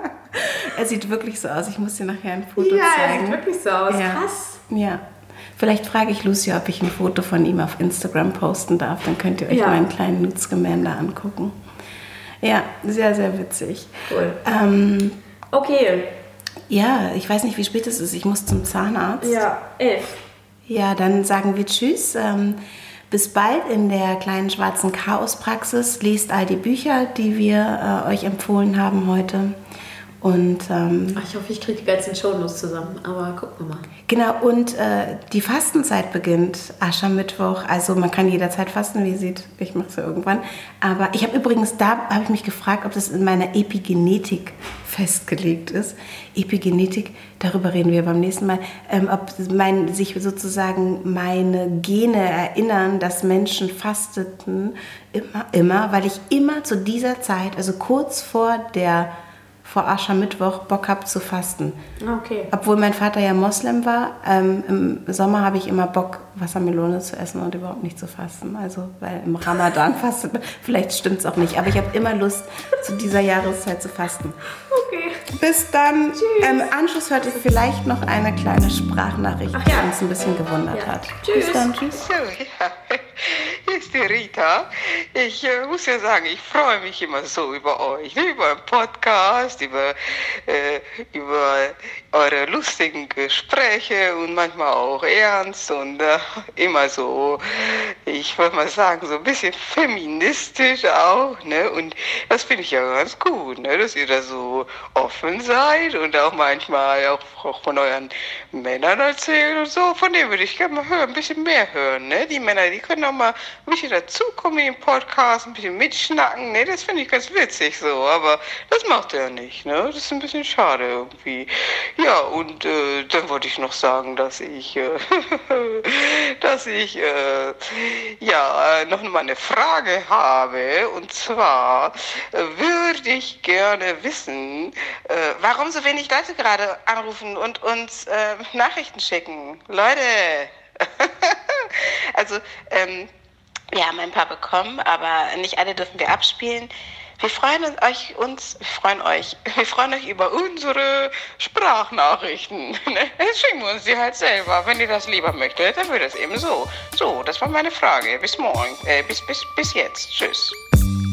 Er sieht wirklich so aus. Ich muss dir nachher ein Foto ja, zeigen. Ja, er sieht wirklich so aus. Ja. Krass. Ja. Vielleicht frage ich Lucia, ob ich ein Foto von ihm auf Instagram posten darf. Dann könnt ihr euch ja. mal einen kleinen Newt Scamander angucken. Ja, sehr, sehr witzig. Cool. Ähm, okay. Ja, ich weiß nicht, wie spät es ist. Ich muss zum Zahnarzt. Ja, elf. Ja, dann sagen wir Tschüss. Ähm, bis bald in der kleinen schwarzen Chaospraxis. Lest all die Bücher, die wir äh, euch empfohlen haben heute. Und, ähm, Ach, ich hoffe, ich kriege die ganzen Shownotes zusammen, aber gucken wir mal. Genau, und äh, die Fastenzeit beginnt Aschermittwoch. Also man kann jederzeit fasten, wie ihr seht. Ich mache es ja irgendwann. Aber ich habe übrigens, da habe ich mich gefragt, ob das in meiner Epigenetik festgelegt ist. Epigenetik, darüber reden wir beim nächsten Mal. Ähm, ob mein, sich sozusagen meine Gene erinnern, dass Menschen fasteten, immer, immer, weil ich immer zu dieser Zeit, also kurz vor der vor Aschermittwoch Bock habe zu fasten. Okay. Obwohl mein Vater ja Moslem war, ähm, im Sommer habe ich immer Bock, Wassermelone zu essen und überhaupt nicht zu fasten. Also, weil im Ramadan fastet man. Vielleicht stimmt es auch nicht, aber ich habe immer Lust, zu dieser Jahreszeit zu fasten. Okay. Bis dann. Tschüss. Im Anschluss hört ihr vielleicht noch eine kleine Sprachnachricht, Ach ja. die uns ein bisschen gewundert Ja. hat. Tschüss. Bis dann. Tschüss. So, yeah. hier ist die Rita. Ich äh, muss ja sagen, ich freue mich immer so über euch, ne? Über den Podcast, über, äh, über eure lustigen Gespräche und manchmal auch ernst und äh, immer so, ich würde mal sagen, so ein bisschen feministisch auch. Ne? Und das finde ich ja ganz gut, ne? Dass ihr da so offen seid und auch manchmal auch, auch von euren Männern erzählt und so. Von denen würde ich gerne mal hören, ein bisschen mehr hören. Ne? Die Männer, die können auch mal ein bisschen dazukommen in den Podcast, ein bisschen mitschnacken. Ne? Das finde ich ganz witzig so, aber das macht er ja nicht. Ne? Das ist ein bisschen schade irgendwie. Ja, und äh, dann wollte ich noch sagen, dass ich, äh, dass ich äh, ja noch mal eine Frage habe. Und zwar äh, würde ich gerne wissen, äh, warum so wenig Leute gerade anrufen und uns äh, Nachrichten schicken. Leute, also ähm, wir haben ein paar bekommen, aber nicht alle dürfen wir abspielen. Wir freuen uns, euch, uns, wir freuen euch, wir freuen euch über unsere Sprachnachrichten. Schicken wir uns die halt selber. Wenn ihr das lieber möchtet, dann wird es eben so. So, das war meine Frage. Bis morgen, äh, bis, bis, bis jetzt. Tschüss.